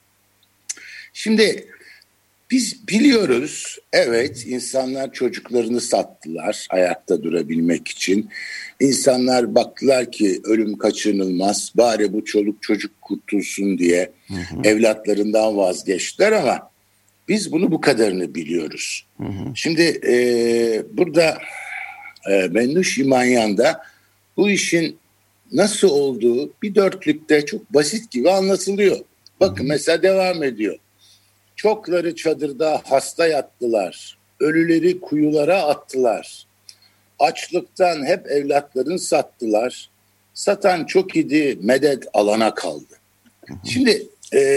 Şimdi biz biliyoruz, evet, insanlar çocuklarını sattılar ayakta durabilmek için. İnsanlar baktılar ki ölüm kaçınılmaz, bari bu çoluk çocuk kurtulsun diye evlatlarından vazgeçtiler ama biz bunu bu kadarını biliyoruz. Şimdi burada Mennuş İmanyan'da bu işin nasıl olduğu bir dörtlükte çok basit gibi anlatılıyor. Bakın mesela devam ediyor. Çokları çadırda hasta yattılar, ölüleri kuyulara attılar. Açlıktan hep evlatlarını sattılar. Satan çok idi, medet alana kaldı. Şimdi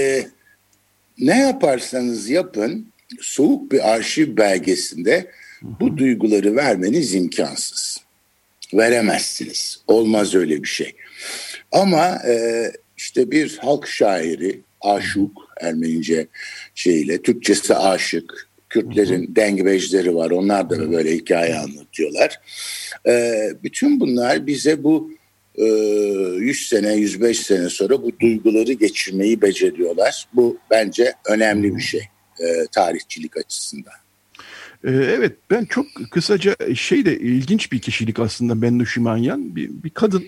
ne yaparsanız yapın, soğuk bir arşiv belgesinde bu duyguları vermeniz imkansız. Veremezsiniz. Olmaz öyle bir şey. Ama işte bir halk şairi, aşık, Ermenice şeyle, Türkçesi aşık, Kürtlerin dengibejleri var, onlar da böyle hikaye anlatıyorlar. Bütün bunlar bize bu 100 sene, 105 sene sonra bu duyguları geçirmeyi beceriyorlar. Bu bence önemli bir şey tarihçilik açısından. Evet, ben çok kısaca ilginç bir kişilik aslında Mennuş İmanyan, bir kadın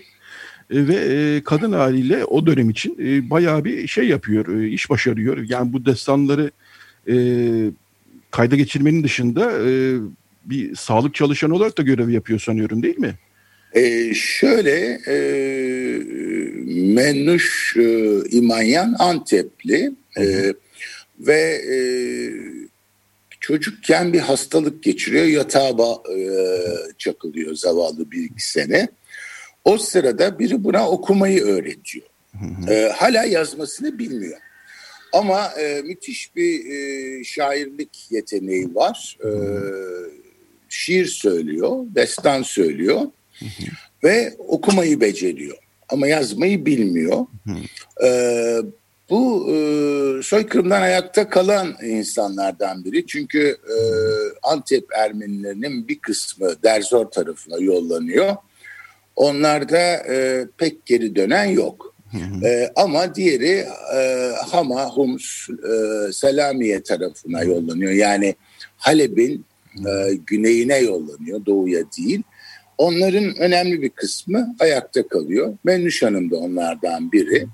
ve kadın haliyle o dönem için bayağı bir şey yapıyor, iş başarıyor. Yani bu destanları kayda geçirmenin dışında bir sağlık çalışanı olarak da görev yapıyor sanıyorum, değil mi? Mennuş İmanyan Antepli ve çocukken bir hastalık geçiriyor, yatağa çakılıyor zavallı 1-2 sene. O sırada biri buna okumayı öğretiyor. Hala yazmasını bilmiyor. Ama müthiş bir şairlik yeteneği var. Şiir söylüyor, destan söylüyor ve okumayı beceriyor. Ama yazmayı bilmiyor. Bu soykırımdan ayakta kalan insanlardan biri. Çünkü Antep Ermenilerinin bir kısmı Derzor tarafına yollanıyor. Onlarda pek geri dönen yok. Ama diğeri Hama, Hums, Selamiye tarafına yollanıyor. Yani Halep'in güneyine yollanıyor, doğuya değil. Onların önemli bir kısmı ayakta kalıyor. Mennüş Hanım da onlardan biri.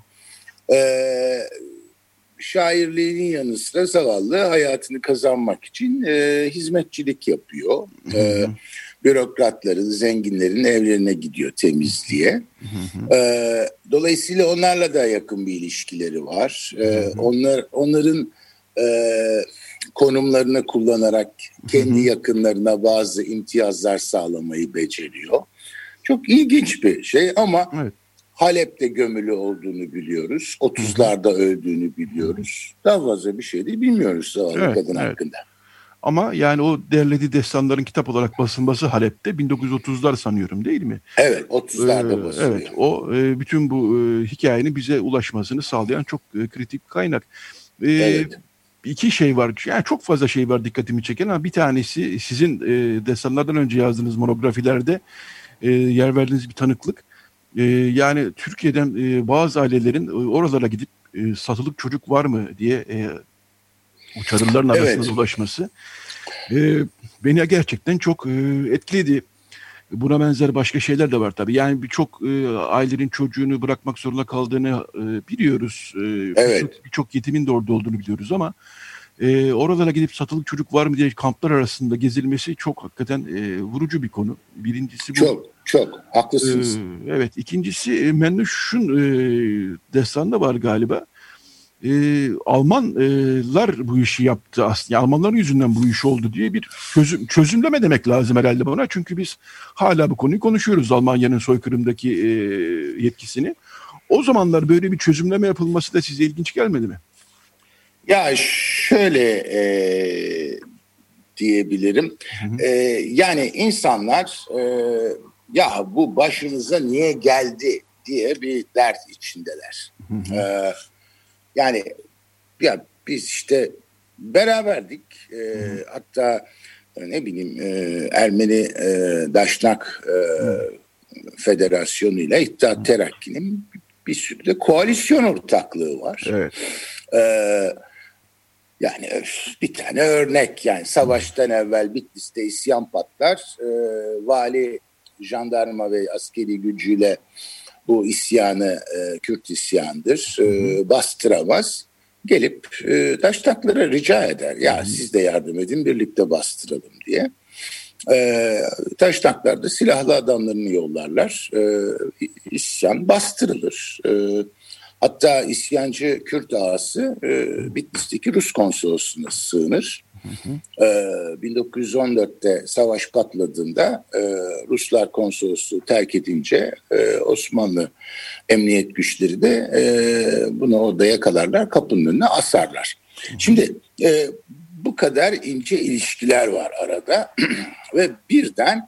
Şairliğinin yanı sıra zavallı hayatını kazanmak için hizmetçilik yapıyor. Bürokratların, zenginlerin evlerine gidiyor temizliğe. Dolayısıyla onlarla da yakın bir ilişkileri var. Onların konumlarını kullanarak kendi yakınlarına bazı imtiyazlar sağlamayı beceriyor. Çok ilginç bir şey ama evet. Halep'te gömülü olduğunu biliyoruz. 30'larda öldüğünü biliyoruz. Daha fazla bir şey değil bilmiyoruz zavallı kadın hakkında. Ama yani o derlediği destanların kitap olarak basılması Halep'te 1930'lar sanıyorum değil mi? Evet 30'larda basılıyor. Evet o bütün bu hikayenin bize ulaşmasını sağlayan çok kritik bir kaynak. Evet. İki şey var. Yani çok fazla şey var dikkatimi çeken ama bir tanesi sizin destanlardan önce yazdığınız monografilerde yer verdiğiniz bir tanıklık. Yani Türkiye'den bazı ailelerin oralara gidip satılık çocuk var mı diye o çadırların arasında dolaşması beni gerçekten çok etkiledi. Buna benzer başka şeyler de var tabii. Yani birçok ailenin çocuğunu bırakmak zorunda kaldığını biliyoruz. Birçok yetimin de orada olduğunu biliyoruz ama oralara gidip satılık çocuk var mı diye kamplar arasında gezilmesi çok hakikaten vurucu bir konu. Birincisi bu. Çok haklısınız. Evet. İkincisi Mennüş'ün destanında var galiba. Almanlar bu işi yaptı aslında. Yani Almanların yüzünden bu iş oldu diye bir çözümleme demek lazım herhalde buna. Çünkü biz hala bu konuyu konuşuyoruz, Almanya'nın soykırımdaki yetkisini. O zamanlar böyle bir çözümleme yapılması da size ilginç gelmedi mi? Ya şöyle diyebilirim. Yani insanlar ya bu başımıza niye geldi diye bir dert içindeler. Yani ya biz işte beraberdik. Hatta ne bileyim Ermeni Daşnak Federasyonu ile İttihat Terakki'nin bir sürü de koalisyon ortaklığı var. Evet. Yani bir tane örnek, yani savaştan evvel Bitlis'te isyan patlar. Vali jandarma ve askeri gücüyle bu isyanı, Kürt isyanıdır, bastıramaz. Gelip Daşnaklara rica eder. Ya siz de yardım edin, birlikte bastıralım diye. Daşnaklar da silahlı adamlarını yollarlar. İsyan bastırılır. Hatta isyancı Kürt ağası Bitlis'teki Rus konsolosluğuna sığınır. 1914'te savaş patladığında Ruslar konsolosluğu terk edince Osmanlı emniyet güçleri de bunu orada yakalarlar, kapının önüne asarlar. Şimdi bu kadar ince ilişkiler var arada ve birden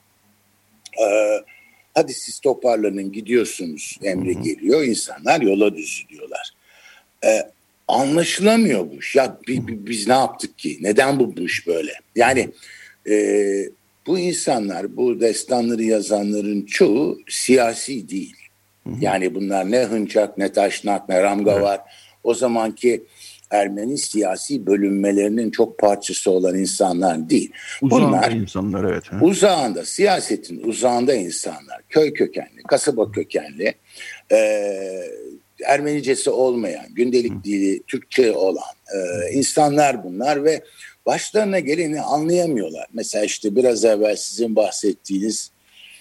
hadi siz toparlanın gidiyorsunuz emri geliyor, insanlar yola düzülüyorlar. Anlaşılamıyor bu iş. Ya biz ne yaptık ki? Neden bu iş böyle? Yani bu insanlar, bu destanları yazanların çoğu siyasi değil. Yani bunlar ne Hınçak, ne Taşnak, ne Ramga var. O zamanki Ermeni siyasi bölünmelerinin çok parçası olan insanlar değil. Uzağında insanlar, evet. Uzağında, siyasetin uzağında insanlar. Köy kökenli, kasaba kökenli, Ermenicesi olmayan, gündelik dili Türkçe olan insanlar bunlar ve başlarına geleni anlayamıyorlar. Mesela işte biraz evvel sizin bahsettiğiniz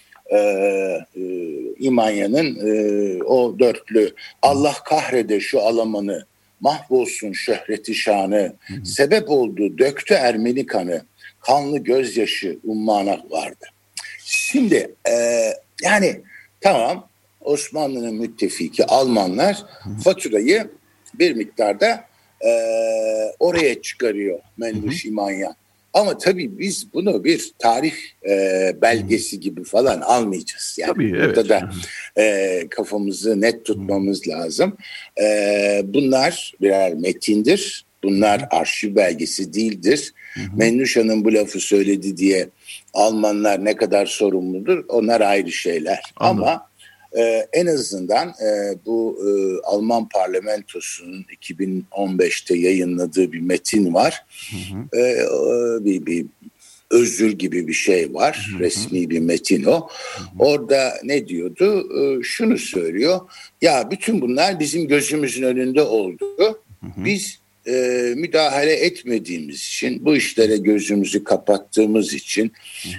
İmanya'nın o dörtlü Allah kahrede şu Alaman'ı, mahvolsun şöhreti şanı, sebep oldu döktü Ermeni kanı, kanlı gözyaşı ummana vardı. Şimdi yani tamam, Osmanlı'nın müttefiki Almanlar faturayı bir miktarda oraya çıkarıyor Mennüş İmanya. Ama tabii biz bunu bir tarih belgesi gibi falan almayacağız. Yani tabii, burada da kafamızı net tutmamız lazım. Bunlar birer metindir. Bunlar arşiv belgesi değildir. Mennüş Hanım bu lafı söyledi diye Almanlar ne kadar sorumludur? Onlar ayrı şeyler. Anladım. Ama en azından bu Alman parlamentosunun 2015'te yayınladığı bir metin var. Bir özür gibi bir şey var. Resmi bir metin o. Orada ne diyordu? Şunu söylüyor. Ya bütün bunlar bizim gözümüzün önünde oldu. Biz müdahale etmediğimiz için, bu işlere gözümüzü kapattığımız için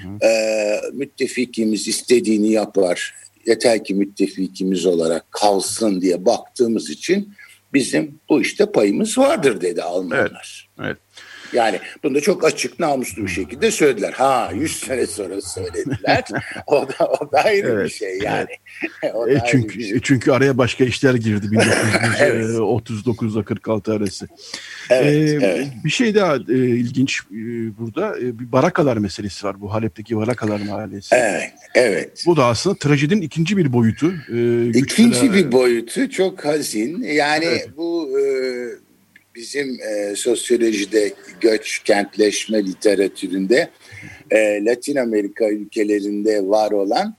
müttefikimiz istediğini yapar. Yeter ki müttefikimiz olarak kalsın diye baktığımız için bizim bu işte payımız vardır dedi Almanlar. Evet. Yani bunu da çok açık, namuslu bir şekilde söylediler. 100 sene sonra söylediler. O da ayrı bir şey yani. Çünkü araya başka işler girdi 1939'da 46 arası. Evet. Bir şey daha ilginç burada. Bir barakalar meselesi var. Bu Halep'teki barakalar mahallesi. Evet. Bu da aslında trajedinin ikinci bir boyutu. İkinci bir boyutu çok hazin. Yani bu bizim sosyolojide göç, kentleşme literatüründe Latin Amerika ülkelerinde var olan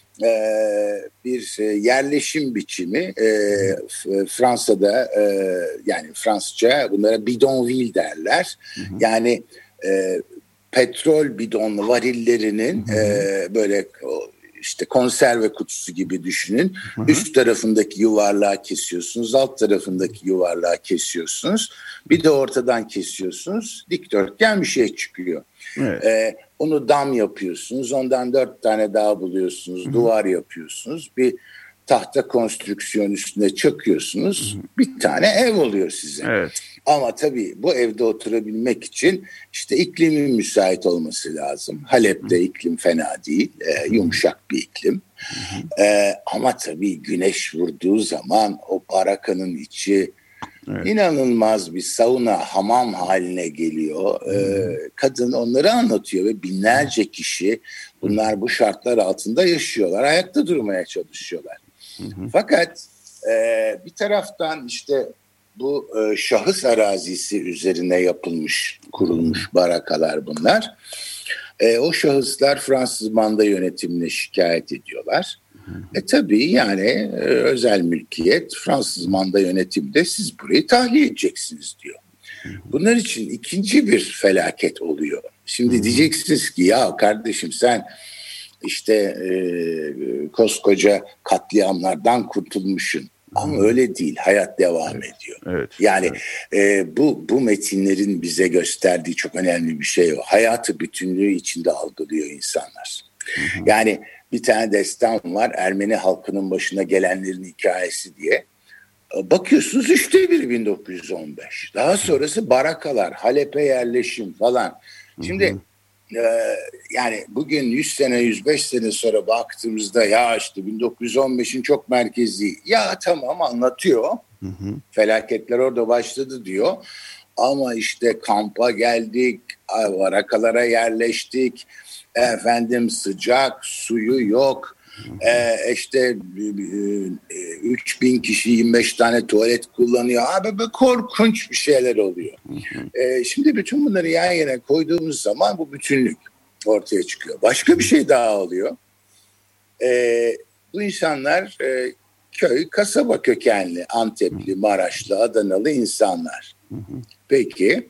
bir yerleşim biçimi. Fransa'da yani Fransızca bunlara bidonville derler. Yani petrol bidon varillerinin böyle işte konserve kutusu gibi düşünün. Üst tarafındaki yuvarlağı kesiyorsunuz, alt tarafındaki yuvarlağı kesiyorsunuz. Bir de ortadan kesiyorsunuz. Dikdörtgen bir şey çıkıyor. Evet. Onu dam yapıyorsunuz. Ondan 4 tane daha buluyorsunuz. Duvar yapıyorsunuz. Bir tahta konstrüksiyon üstüne çakıyorsunuz. Bir tane ev oluyor size. Evet. Ama tabii bu evde oturabilmek için işte iklimin müsait olması lazım. Halep'te iklim fena değil. Yumuşak bir iklim. Ama tabii güneş vurduğu zaman o barakanın içi inanılmaz bir sauna, hamam haline geliyor. Kadın onları anlatıyor ve binlerce kişi bunlar bu şartlar altında yaşıyorlar. Ayakta durmaya çalışıyorlar. Fakat bir taraftan işte bu şahıs arazisi üzerine yapılmış, kurulmuş barakalar bunlar. O şahıslar Fransız manda yönetimine şikayet ediyorlar. Tabii yani özel mülkiyet, Fransız manda yönetimde siz burayı tahliye edeceksiniz diyor. Bunlar için ikinci bir felaket oluyor. Şimdi diyeceksiniz ki ya kardeşim sen işte koskoca katliamlardan kurtulmuşsun. Ama öyle değil. Hayat devam ediyor. Evet, yani bu metinlerin bize gösterdiği çok önemli bir şey o. Hayatı bütünlüğü içinde algılıyor insanlar. Yani bir tane destan var. Ermeni halkının başına gelenlerin hikayesi diye. Bakıyorsunuz 1/3 1915. Daha sonrası barakalar, Halep'e yerleşim falan. Şimdi yani bugün 100 sene 105 sene sonra baktığımızda ya işte 1915'in çok merkezi, ya tamam anlatıyor. Felaketler orada başladı diyor. Ama işte kampa geldik, barakalara yerleştik. Efendim sıcak, suyu yok. İşte 3000 kişi 25 tane tuvalet kullanıyor. Abi böyle korkunç bir şeyler oluyor. Şimdi bütün bunları yan yana koyduğumuz zaman bu bütünlük ortaya çıkıyor. Başka bir şey daha oluyor. Bu insanlar köy, kasaba kökenli, Antepli, Maraşlı, Adanalı insanlar. Peki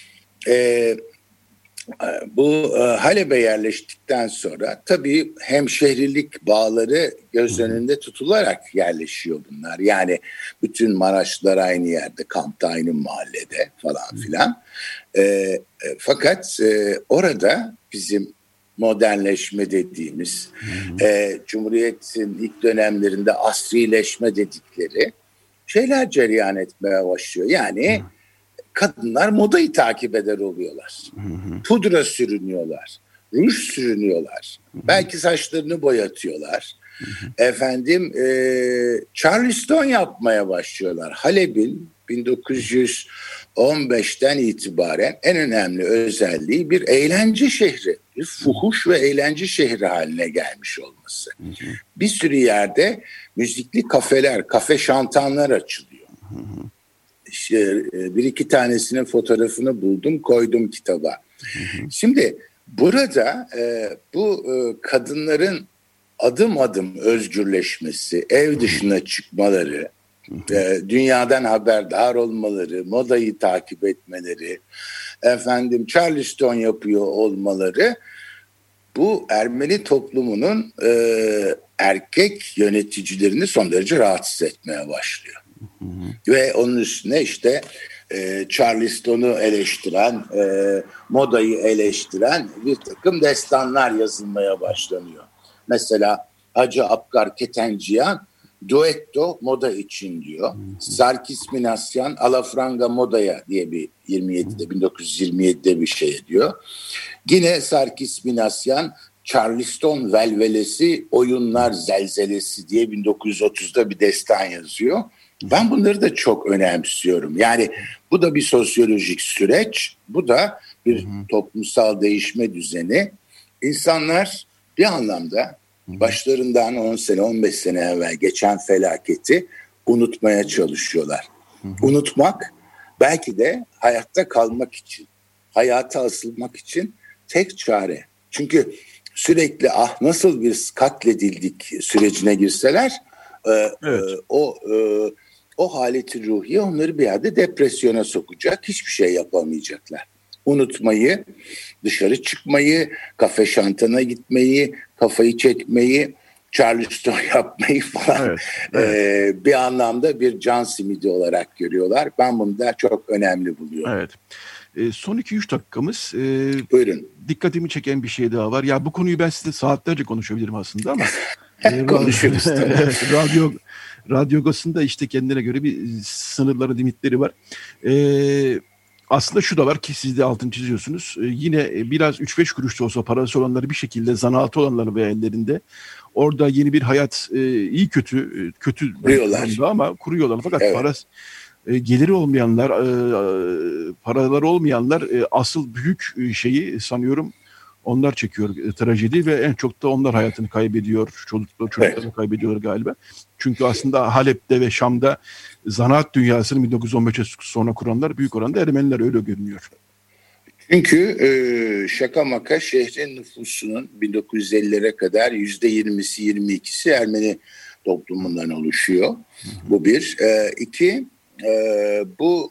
bu Halep'e yerleştikten sonra tabii hemşehrilik bağları göz önünde tutularak yerleşiyor bunlar. Yani bütün Maraşlılar aynı yerde, kampta aynı mahallede falan filan. Fakat orada bizim modernleşme dediğimiz, Cumhuriyet'in ilk dönemlerinde asrileşme dedikleri şeyler cereyan etmeye başlıyor. Yani kadınlar modayı takip eder oluyorlar. Pudra sürünüyorlar. Ruj sürünüyorlar. Belki saçlarını boyatıyorlar. Efendim Charleston yapmaya başlıyorlar. Halep'in 1915'ten itibaren en önemli özelliği bir eğlence şehri. Bir fuhuş ve eğlence şehri haline gelmiş olması. Bir sürü yerde müzikli kafeler, kafe şantanlar açılıyor. Bir iki tanesinin fotoğrafını buldum, koydum kitaba. Şimdi burada bu kadınların adım adım özgürleşmesi, ev dışına çıkmaları, Dünyadan haberdar olmaları, modayı takip etmeleri, Charleston yapıyor olmaları, bu Ermeni toplumunun erkek yöneticilerini son derece rahatsız etmeye başlıyor. Ve onun üstüne işte Charleston'u eleştiren, modayı eleştiren bir takım destanlar yazılmaya başlanıyor. Mesela Hacı Apgar Ketenciyan duetto moda için diyor. Sarkis Minasyan Alafranga modaya diye bir 1927'de bir şey diyor. Yine Sarkis Minasyan Charleston velvelesi oyunlar zelzelesi diye 1930'da bir destan yazıyor. Ben bunları da çok önemsiyorum. Yani bu da bir sosyolojik süreç, bu da bir toplumsal değişme düzeni. İnsanlar bir anlamda başlarından 10 sene, 15 sene evvel geçen felaketi unutmaya çalışıyorlar. Unutmak belki de hayatta kalmak için, hayata asılmak için tek çare. Çünkü sürekli nasıl bir katledildik sürecine girseler o haleti ruhiye onları bir yerde depresyona sokacak, hiçbir şey yapamayacaklar. Unutmayı, dışarı çıkmayı, kafe şantana gitmeyi, kafayı çekmeyi, Charleston yapmayı falan bir anlamda bir can simidi olarak görüyorlar. Ben bunu da çok önemli buluyorum. Evet. Son 2-3 dakikamız. Buyurun. Dikkatimi çeken bir şey daha var. Ya bu konuyu ben size saatlerce konuşabilirim aslında ama. Konuşuruz tabii. Radyo Agos'un da işte kendine göre bir sınırları, limitleri var. Aslında şu da var ki siz de altını çiziyorsunuz. Yine biraz 3-5 kuruş da olsa parası olanları bir şekilde, zanaatı olanları veya ellerinde orada yeni bir hayat iyi kötü kuruyorlar ama kuruyorlar. Fakat parası geliri olmayanlar, paraları olmayanlar asıl büyük şeyi sanıyorum onlar çekiyor trajedi ve en çok da onlar hayatını kaybediyor. Çocuklarını kaybediyorlar galiba. Çünkü aslında Halep'te ve Şam'da zanaat dünyasını 1915'e sonra kuranlar büyük oranda Ermeniler, öyle görünüyor. Çünkü şaka maka şehrin nüfusunun 1950'lere kadar %20'si 22'si Ermeni toplumundan oluşuyor. Bu bir. İki, bu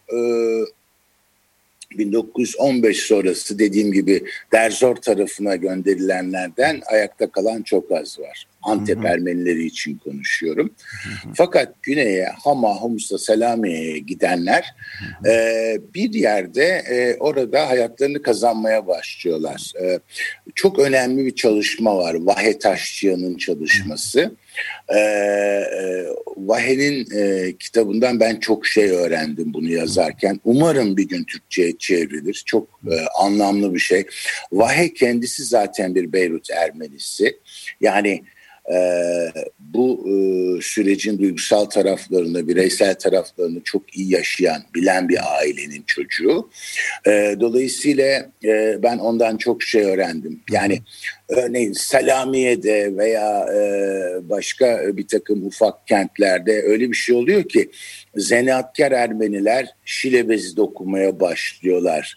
1915 sonrası dediğim gibi Derzor tarafına gönderilenlerden ayakta kalan çok az var. Antep Ermenileri için konuşuyorum. Fakat güneye, Hama, Hums'a, Selamiye'ye gidenler bir yerde orada hayatlarını kazanmaya başlıyorlar. Çok önemli bir çalışma var. Vahe Taşçıyan'ın çalışması. Vahe'nin kitabından ben çok şey öğrendim bunu yazarken. Umarım bir gün Türkçe'ye çevrilir. Çok anlamlı bir şey. Vahe kendisi zaten bir Beyrut Ermenisi. Yani bu sürecin duygusal taraflarını, bireysel taraflarını çok iyi yaşayan, bilen bir ailenin çocuğu. Dolayısıyla ben ondan çok şey öğrendim. Yani örneğin Selamiye'de veya başka bir takım ufak kentlerde öyle bir şey oluyor ki zanaatkar Ermeniler şile bezi dokumaya başlıyorlar.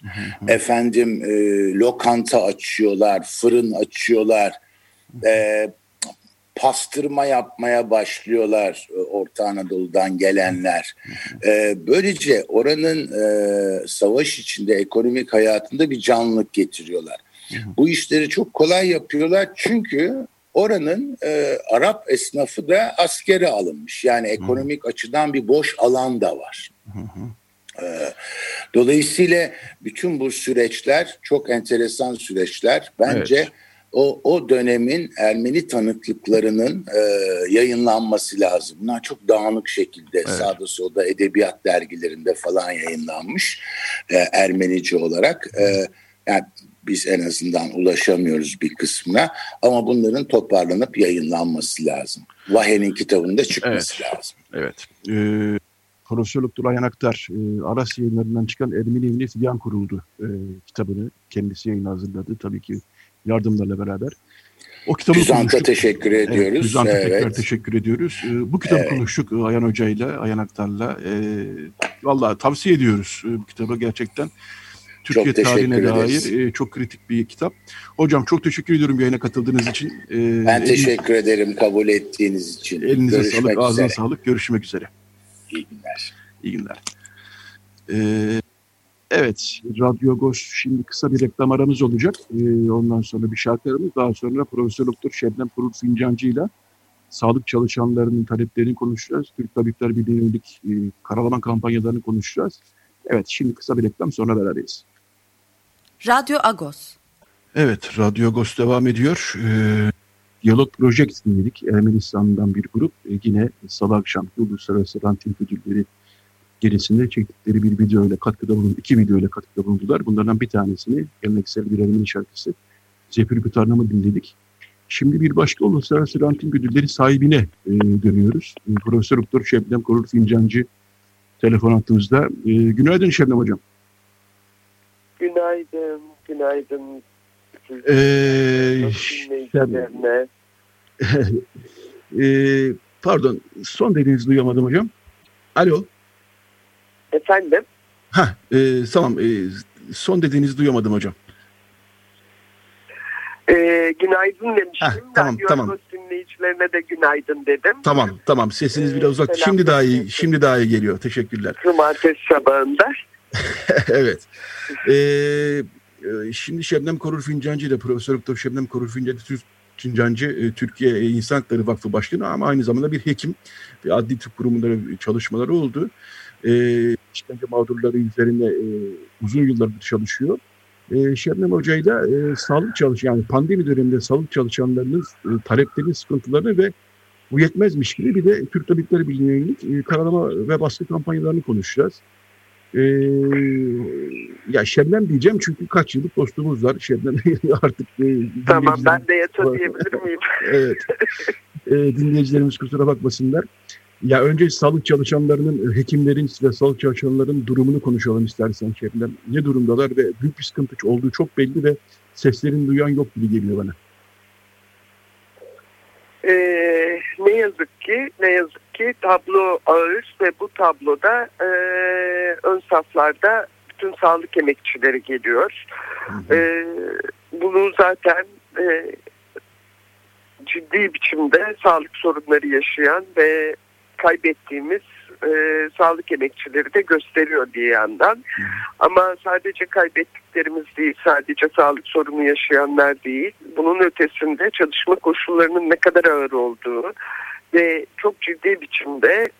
Lokanta açıyorlar, fırın açıyorlar. Pastırma yapmaya başlıyorlar Orta Anadolu'dan gelenler. Böylece oranın savaş içinde ekonomik hayatında bir canlılık getiriyorlar. Bu işleri çok kolay yapıyorlar çünkü oranın Arap esnafı da askere alınmış. Yani ekonomik açıdan bir boş alan da var. Dolayısıyla bütün bu süreçler çok enteresan süreçler. Bence o dönemin Ermeni tanıklıklarının yayınlanması lazım. Bunlar çok dağınık şekilde sağda solda edebiyat dergilerinde falan yayınlanmış Ermenice olarak. Yani biz en azından ulaşamıyoruz bir kısmına ama bunların toparlanıp yayınlanması lazım. Vahe'nin kitabında çıkması lazım. Evet. Profesör Doktor Ayhan Aktar, Aras Yayınları'ndan çıkan Ermeni Evine Figan kuruldu kitabını. Kendisi yayına hazırladı. Tabii ki yardımlarla beraber. O kitabı Büzant'a teşekkür ediyoruz. Büzant'a tekrar teşekkür ediyoruz. Bu kitabı konuştuk Ayhan Hoca'yla, Ayhan Aktar'la. Vallahi tavsiye ediyoruz bu kitabı gerçekten. Türkiye tarihine dair çok kritik bir kitap. Hocam çok teşekkür ediyorum yayına katıldığınız için. Ben teşekkür ederim kabul ettiğiniz için. Elinize sağlık, ağzına sağlık. Görüşmek üzere. İyi günler. İyi günler. Evet, Radyo Agos şimdi kısa bir reklam aramız olacak. Ondan sonra bir şarkı aramız, daha sonra Profesör Doktor Şebnem Korur Fincancı'yla sağlık çalışanlarının taleplerini konuşacağız. Türk Tabipler Birliği'ne yönelik karalama kampanyalarını konuşacağız. Evet, şimdi kısa bir reklam, sonra beraberiz. Radyo Agos. Evet, Radyo Agos devam ediyor. Diyalog Project dinledik. Ermenistan'dan bir grup. Yine salı akşam Uluslararası Ranting Ödülleri gerisinde çektikleri bir videoyla katkıda bulundu. 2 videoyla katkıda bulundular. Bunlardan bir tanesini geleneksel bir Ermeni şarkısı Zefir Pıtarnam'ı dinledik. Şimdi bir başka Uluslararası Ranting Ödülleri sahibine dönüyoruz. Profesör Doktor Şebnem Korur Fincancı telefon attığımızda. Günaydın Şebnem Hocam. Günaydın. Pardon, son dediğinizi duyamadım hocam. Alo. Efendim? Tamam. Son dediğinizi duyamadım hocam. Günaydın demiştim. Tamam. Dinleyicilerine de günaydın dedim. Tamam. Sesiniz biraz uzak. Şimdi daha iyi geliyor. Teşekkürler. Cumartesi sabahında. Evet. Şimdi Şebnem Korur Fincancı ile Profesör Doktor Şebnem Korur Fincancı Türkiye İnsan Hakları Vakfı Başkanı ama aynı zamanda bir hekim ve adli tıp kurumunda çalışmaları oldu. İşkence mağdurları üzerine uzun yıllardır çalışıyor. Şebnem Hoca'yla yani pandemi döneminde sağlık çalışanlarının taleplerini, sıkıntılarını ve bu yetmezmiş gibi bir de Türk Tabipler Birliği'ne yönelik karalama ve baskı kampanyalarını konuşacağız. Ya Şebnem diyeceğim çünkü kaç yıllık dostluğumuz var. Şebnem artık tamam, ben de Yato diyebilir miyim? Evet. Dinleyicilerimiz kusura bakmasınlar. Ya önce sağlık çalışanlarının, hekimlerin ve sağlık çalışanlarının durumunu konuşalım istersen Şebnem. Ne durumdalar ve büyük bir sıkıntı olduğu çok belli ve seslerini duyan yok gibi geliyor bana. Ne yazık ki tablo ağır ve bu tabloda ön saflarda bütün sağlık emekçileri geliyor. Bunu zaten ciddi biçimde sağlık sorunları yaşayan ve kaybettiğimiz sağlık emekçileri de gösteriyor bir yandan. Ama sadece kaybettiklerimiz değil, sadece sağlık sorunu yaşayanlar değil. Bunun ötesinde çalışma koşullarının ne kadar ağır olduğu ve çok ciddi biçimde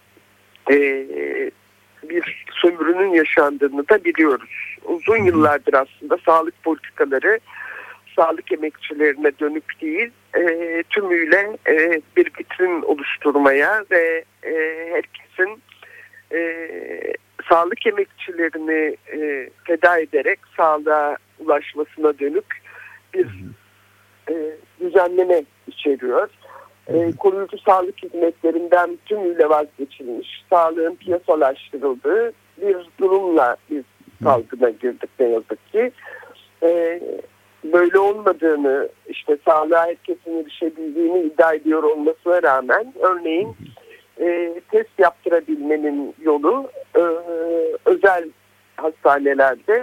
bir sömürünün yaşandığını da biliyoruz. Uzun yıllardır aslında sağlık politikaları sağlık emekçilerine dönük değil, tümüyle bir vitrin oluşturmaya ve herkesin sağlık emekçilerini feda ederek sağlığa ulaşmasına dönük bir düzenleme içeriyor. Koruyucu sağlık hizmetlerinden tümüyle vazgeçilmiş, sağlığın piyasalaştırıldığı bir durumla biz salgına girdik ne yazık ki. Böyle olmadığını, işte sağlığa herkesin erişebildiğini iddia ediyor olmasına rağmen örneğin test yaptırabilmenin yolu özel hastanelerde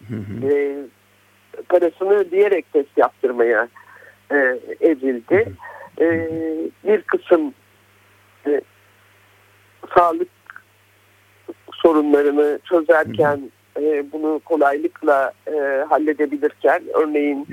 parasını ödeyerek test yaptırmaya evrildi. Bir kısım sağlık sorunlarını çözerken bunu kolaylıkla halledebilirken örneğin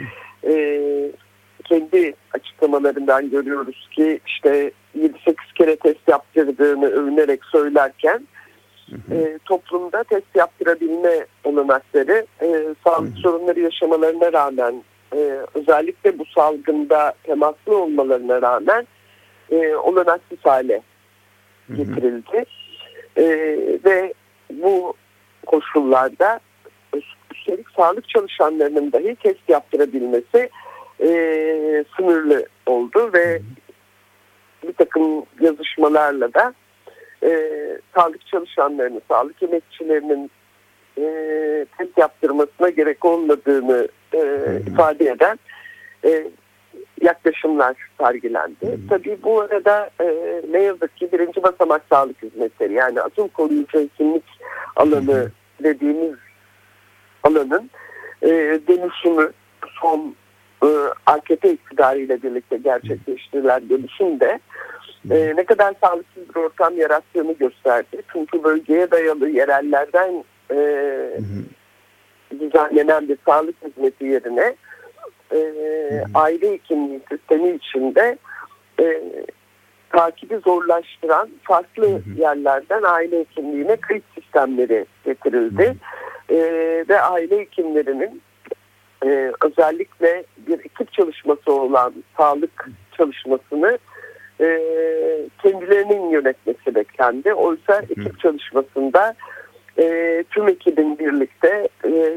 kendi açıklamalarından görüyoruz ki işte 7-8 kere test yaptırdığını övünerek söylerken toplumda test yaptırabilme olanakları sağlık sorunları yaşamalarına rağmen özellikle bu salgında temaslı olmalarına rağmen olanaksız hale getirildi. Ve bu koşullarda üstelik sağlık çalışanlarının dahi test yaptırabilmesi sınırlı oldu ve bir takım yazışmalarla da sağlık çalışanlarının, sağlık emekçilerinin test yaptırmasına gerek olmadığını ifade eden yaklaşımlar sergilendi. Tabii bu arada ne yazık ki birinci basamak sağlık hizmetleri, yani asıl koruyucu hekimlik alanı dediğimiz alanın dönüşümü son AKP iktidarıyla birlikte gerçekleştirilen dönüşümde ne kadar sağlıksız bir ortam yarattığını gösterdi. Çünkü bölgeye dayalı yerellerden düzenlenen bir sağlık hizmeti yerine aile hekimliği sistemi içinde takibi zorlaştıran farklı yerlerden aile hekimliğine kayıt sistemleri getirildi. Ve aile hekimlerinin özellikle bir ekip çalışması olan sağlık çalışmasını kendilerinin yönetmesi beklendi. Oysa ekip çalışmasında tüm ekibin birlikte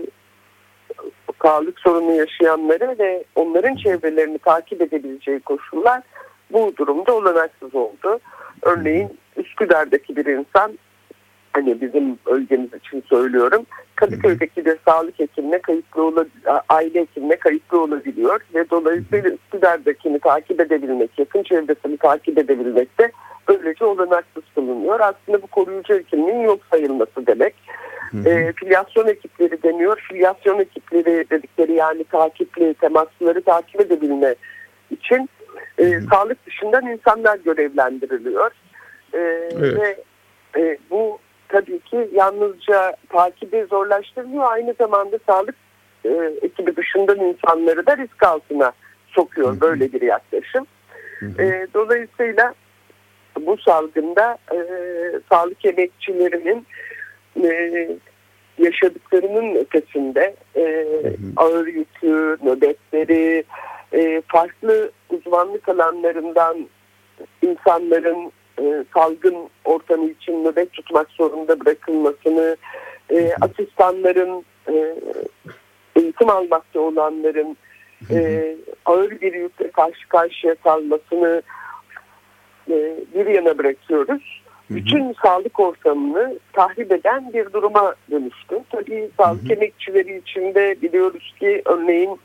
sağlık sorunu yaşayanları ve onların çevrelerini takip edebileceği koşullar bu durumda olanaksız oldu. Örneğin Üsküdar'daki bir insan, hani bizim bölgemiz için söylüyorum, Kadıköy'deki bir sağlık hekimine aile hekimine kayıtlı olabiliyor ve dolayısıyla Üsküdar'dakini takip edebilmek, yakın çevresini takip edebilmek de böylece olanaksız kılınıyor. Aslında bu koruyucu hekimliğin yok sayılması demek. Filyasyon ekipleri deniyor. Filyasyon ekipleri dedikleri, yani takipli temasları takip edebilme için sağlık dışından insanlar görevlendiriliyor. Evet. Ve bu tabii ki yalnızca takibi zorlaştırmıyor, aynı zamanda sağlık ekibi dışından insanları da risk altına sokuyor böyle bir yaklaşım. Dolayısıyla bu salgında sağlık emekçilerinin yaşadıklarının ötesinde ağır yükü, nöbetleri, farklı uzmanlık alanlarından insanların salgın ortamı için nöbet tutmak zorunda bırakılmasını, asistanların, eğitim almakta olanların ağır bir yükle karşı karşıya kalmasını bir yana bırakıyoruz. Bütün sağlık ortamını tahrip eden bir duruma dönüştü. Tabii sağlık emekçileri içinde biliyoruz ki örneğin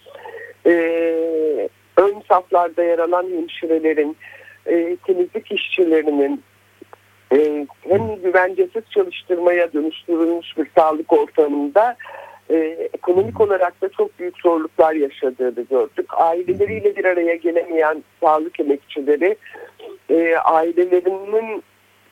ön saflarda yer alan hemşirelerin, temizlik işçilerinin hem güvencesiz çalıştırmaya dönüştürülmüş bir sağlık ortamında ekonomik olarak da çok büyük zorluklar yaşadığını gördük. Aileleriyle bir araya gelemeyen sağlık emekçileri ailelerinin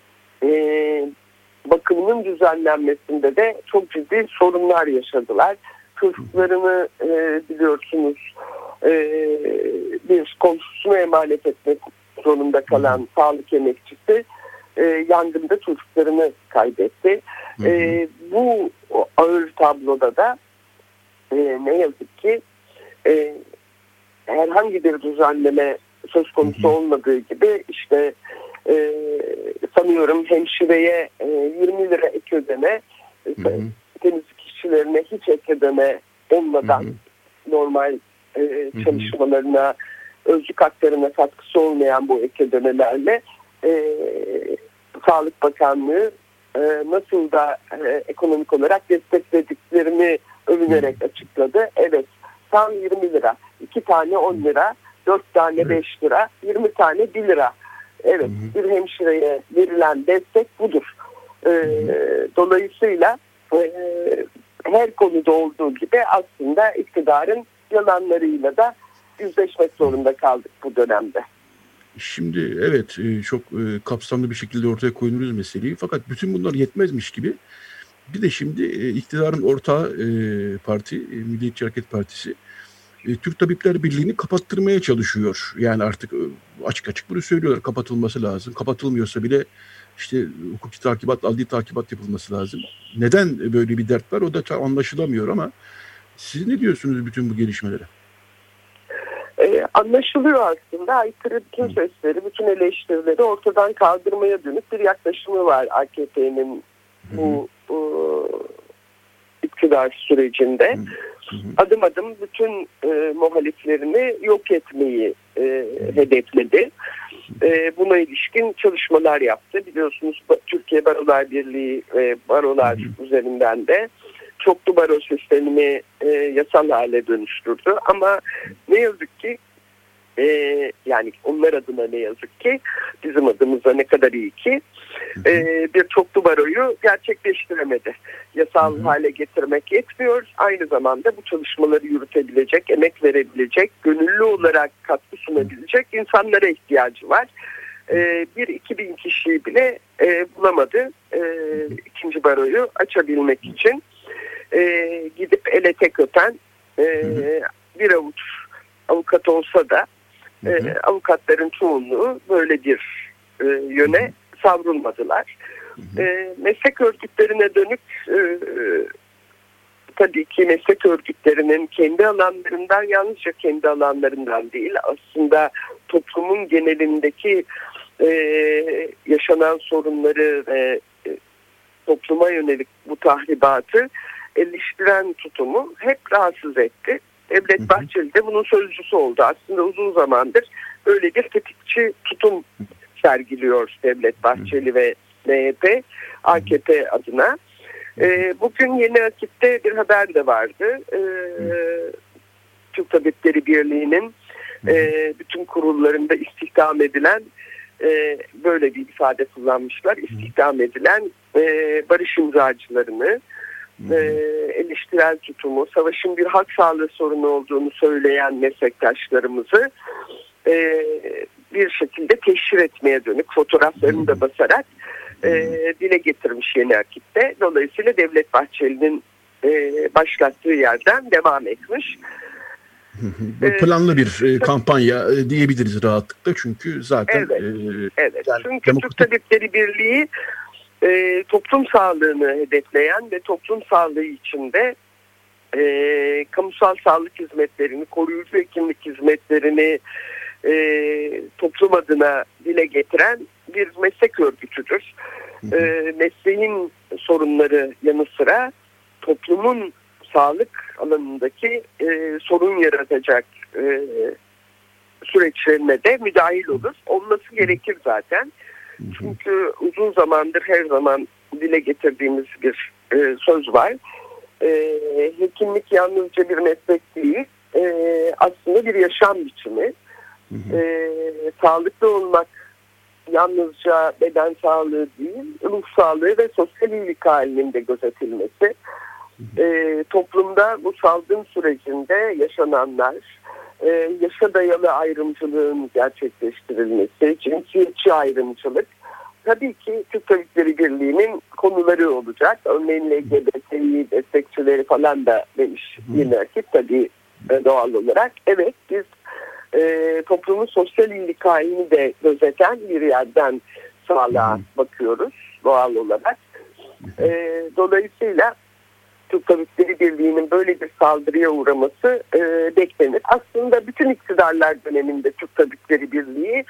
bakımının düzenlenmesinde de çok ciddi sorunlar yaşadılar. Çocuklarını biliyorsunuz bir komşusuna emanet etmek zorunda kalan sağlık emekçisi yangında çocuklarını kaybetti. Bu ağır tabloda da ne yazık ki herhangi bir düzenleme söz konusu olmadığı gibi işte sanıyorum hemşireye 20 lira ek ödeme, temizlik işçilerine hiç ek ödeme olmadan normal çalışmalarına, özlük haklarına katkısı olmayan bu ek ödemelerle Sağlık Bakanlığı nasıl da ekonomik olarak desteklediklerini övünerek açıkladı. Evet, tam 20 lira, 2 tane 10 lira, 4 tane 5 lira, 20 tane 1 lira. Evet, bir hemşireye verilen destek budur. Dolayısıyla her konuda olduğu gibi aslında iktidarın yalanlarıyla da yüzleşmek zorunda kaldık bu dönemde. Şimdi evet, çok kapsamlı bir şekilde ortaya koyuyoruz meseleyi. Fakat bütün bunlar yetmezmiş gibi bir de şimdi iktidarın ortağı parti, Milliyetçi Hareket Partisi, Türk Tabipler Birliği'ni kapattırmaya çalışıyor. Yani artık açık açık bunu söylüyorlar. Kapatılması lazım. Kapatılmıyorsa bile işte hukuki takibat, adli takibat yapılması lazım. Neden böyle bir dert var o da tam anlaşılamıyor ama siz ne diyorsunuz bütün bu gelişmelere? Anlaşılıyor aslında. Aykırı bütün sesleri, bütün eleştirileri ortadan kaldırmaya dönük bir yaklaşımı var AKP'nin bu iktidar sürecinde. Adım adım bütün muhaliflerini yok etmeyi hedefledi. Buna ilişkin çalışmalar yaptı. Biliyorsunuz Türkiye Barolar Birliği ve barolar üzerinden de çoklu baro sistemini yasal hale dönüştürdü. Ama ne yazık ki yani onlar adına ne yazık ki bizim adımıza ne kadar iyi ki bir çoklu baroyu gerçekleştiremedi. Yasal hale getirmek yetmiyor. Aynı zamanda bu çalışmaları yürütebilecek, emek verebilecek, gönüllü olarak katkı sunabilecek insanlara ihtiyacı var. Bir 2.000 kişiyi bile bulamadı ikinci baroyu açabilmek için. Gidip ele tek öpen bir avuç avukat olsa da avukatların çoğunluğu böyle bir yöne savrulmadılar. Meslek örgütlerine dönük tabii ki meslek örgütlerinin kendi alanlarından, yalnızca kendi alanlarından değil, aslında toplumun genelindeki yaşanan sorunları ve topluma yönelik bu tahribatı eleştiren tutumu hep rahatsız etti. Devlet Bahçeli de bunun sözcüsü oldu. Aslında uzun zamandır öyle bir tetikçi tutum sergiliyor Devlet Bahçeli ve MHP, AKP adına. Bugün Yeni Akit'te bir haber de vardı. Türk Tabipleri Birliği'nin bütün kurullarında istihdam edilen, böyle bir ifade kullanmışlar, istihdam edilen barış imzacılarını, eleştirel tutumu, savaşın bir halk sağlığı sorunu olduğunu söyleyen meslektaşlarımızı bir şekilde teşhir etmeye dönük fotoğraflarını da basarak dile getirmiş Yeni Akit'te. Dolayısıyla Devlet Bahçeli'nin başlattığı yerden devam etmiş. Planlı bir kampanya diyebiliriz rahatlıkla, çünkü zaten evet. Çünkü Türk Tabipleri Birliği toplum sağlığını hedefleyen ve toplum sağlığı içinde kamusal sağlık hizmetlerini, koruyucu hekimlik hizmetlerini toplum adına dile getiren bir meslek örgütüdür. Mesleğin sorunları yanı sıra toplumun sağlık alanındaki sorun yaratacak süreçlerine de müdahil olur. Olması gerekir zaten. Çünkü uzun zamandır her zaman dile getirdiğimiz bir söz var. Hekimlik yalnızca bir meslek değil, aslında bir yaşam biçimi. Sağlıklı olmak yalnızca beden sağlığı değil, ruh sağlığı ve sosyal iyilik halinin de gözetilmesi. Toplumda bu salgın sürecinde yaşananlar, yaşa dayalı ayrımcılığın gerçekleştirilmesi, cinsiyetçi ayrımcılık, tabii ki Türk Tabipleri Birliği'nin konuları olacak. Örneğin LGBTİ destekçileri falan da demiş Yeni Akit tabii doğal olarak. Evet, biz toplumun sosyal iyilik halini de gözeten bir yerden sağlığa bakıyoruz doğal olarak. Dolayısıyla Türk Tabipleri Birliği'nin böyle bir saldırıya uğraması beklenir. Aslında bütün iktidarlar döneminde Türk Tabipleri Birliği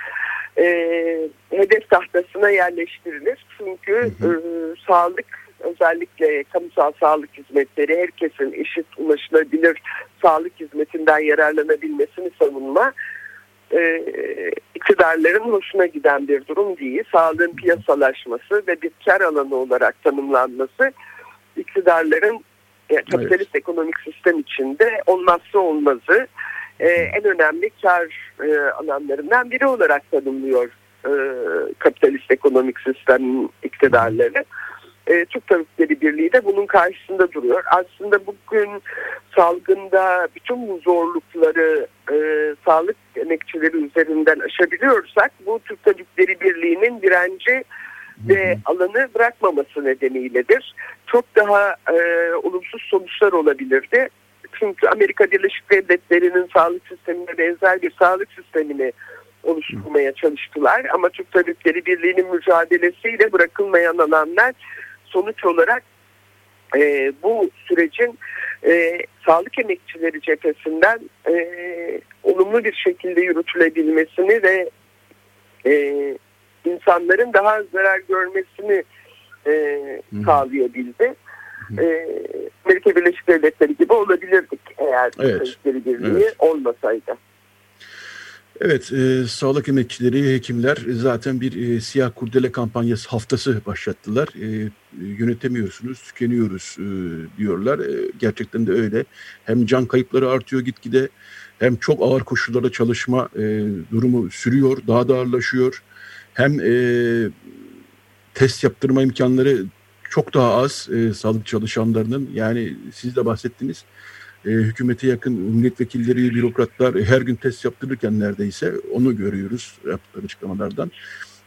hedef tahtasına yerleştirilir. Çünkü sağlık, özellikle kamusal sağlık hizmetleri, herkesin eşit ulaşılabilir sağlık hizmetinden yararlanabilmesini savunma iktidarların hoşuna giden bir durum değil. Sağlığın piyasalaşması ve bir kar alanı olarak tanımlanması iktidarların kapitalist ekonomik sistem içinde olmazsa olmazı, en önemli kar alanlarından biri olarak tanımlıyor kapitalist ekonomik sistemin iktidarları. Türk Tabipleri Birliği de bunun karşısında duruyor. Aslında bugün salgında bütün bu zorlukları sağlık emekçileri üzerinden aşabiliyorsak, bu Türk Tabipleri Birliği'nin direnci ve alanı bırakmaması nedeniyledir. Çok daha olumsuz sonuçlar olabilirdi. Çünkü Amerika Birleşik Devletleri'nin sağlık sistemine benzer bir sağlık sistemini oluşturmaya çalıştılar. Ama Türk Tabipleri Birliği'nin mücadelesiyle bırakılmayan alanlar sonuç olarak bu sürecin sağlık emekçileri cephesinden olumlu bir şekilde yürütülebilmesini ve insanların daha az zarar görmesini sağlayabildi. Amerika Birleşik Devletleri gibi olabilirdik eğer Tabipleri Birliği olmasaydı. Evet, sağlık emekçileri, hekimler zaten bir siyah kurdele kampanyası haftası başlattılar. Yönetemiyorsunuz, tükeniyoruz diyorlar. Gerçekten de öyle. Hem can kayıpları artıyor gitgide, hem çok ağır koşullarda çalışma durumu sürüyor, daha da ağırlaşıyor. Hem test yaptırma imkanları çok daha az sağlık çalışanlarının. Yani siz de bahsettiniz. Hükümete yakın milletvekilleri, bürokratlar her gün test yaptırırken neredeyse onu görüyoruz yaptıkları açıklamalardan.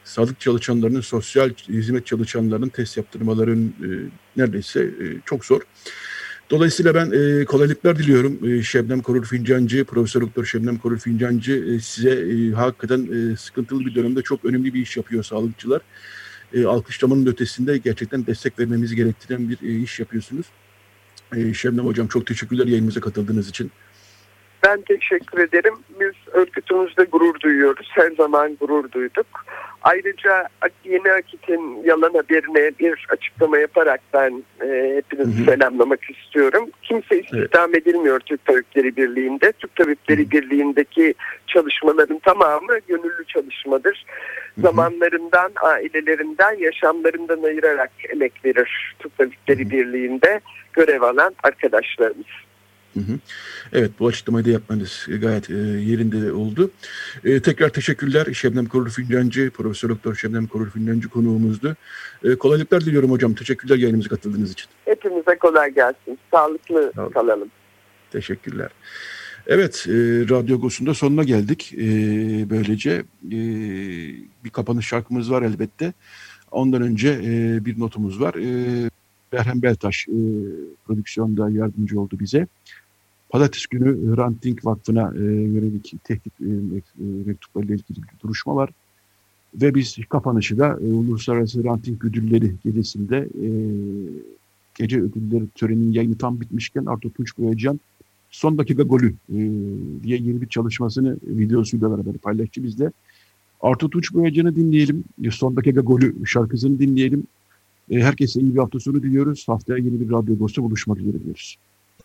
sağlık çalışanlarının, sosyal hizmet çalışanlarının test yaptırmaların neredeyse çok zor. Dolayısıyla ben kolaylıklar diliyorum. Şebnem Korur Fincancı, Profesör Doktor Şebnem Korur Fincancı size hakikaten sıkıntılı bir dönemde çok önemli bir iş yapıyor sağlıkçılar. Alkışlamanın ötesinde gerçekten destek vermemizi gerektiren bir iş yapıyorsunuz. Şebnem Hocam çok teşekkürler yayınımıza katıldığınız için. Ben teşekkür ederim. Biz örgütümüzde gurur duyuyoruz. Her zaman gurur duyduk. Ayrıca Yeni Akit'in yalan haberine bir açıklama yaparak ben hepinizi selamlamak istiyorum. Kimse istihdam edilmiyor Türk Tabipleri Birliği'nde. Türk Tabipleri Birliği'ndeki çalışmaların tamamı gönüllü çalışmadır. Zamanlarından, ailelerinden, yaşamlarından ayırarak emek verir Türk Tabipleri Birliği'nde görev alan arkadaşlarımız. Evet, bu açıklamayı da yapmanız gayet yerinde oldu. Tekrar teşekkürler. Şebnem Korur Fincancı, Profesör Doktor Şebnem Korur Fincancı konuğumuzdu. Kolaylıklar diliyorum hocam. Teşekkürler yayınımıza katıldığınız için. Hepimize kolay gelsin. Sağlıklı kalalım. Teşekkürler. Evet, Radyo Agos'un da sonuna geldik. Böylece bir kapanış şarkımız var elbette. Ondan önce bir notumuz var. Berhem Beltaş prodüksiyonda yardımcı oldu bize. Pazartesi günü Hrant Dink Vakfı'na yönelik tehdit mektuplarıyla ilgili bir duruşma var. Ve biz kapanışı da Uluslararası Hrant Dink Ödülleri gecesinde gece ödülleri töreninin yayını tam bitmişken Arto Tunç Boyacan Son Dakika Golü diye yeni bir çalışmasını videosuyla beraber paylaştı bizde. Arto Tunç Boyacan'ı dinleyelim. Son Dakika Golü şarkısını dinleyelim. Herkese iyi bir hafta sonu diliyoruz. Haftaya yeni bir Radyo Agos'ta buluşmak üzere diyoruz.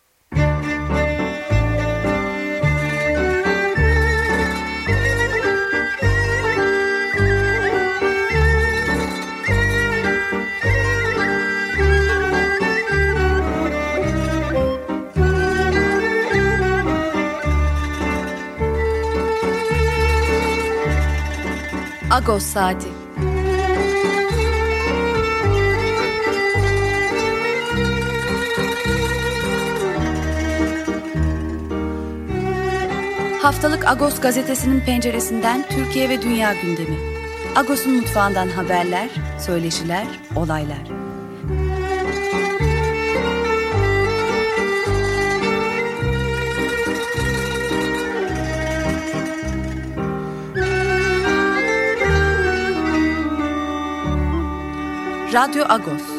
Agos Saati. Haftalık Agos gazetesinin penceresinden Türkiye ve dünya gündemi. Agos'un mutfağından haberler, söyleşiler, olaylar. Radyo Agos.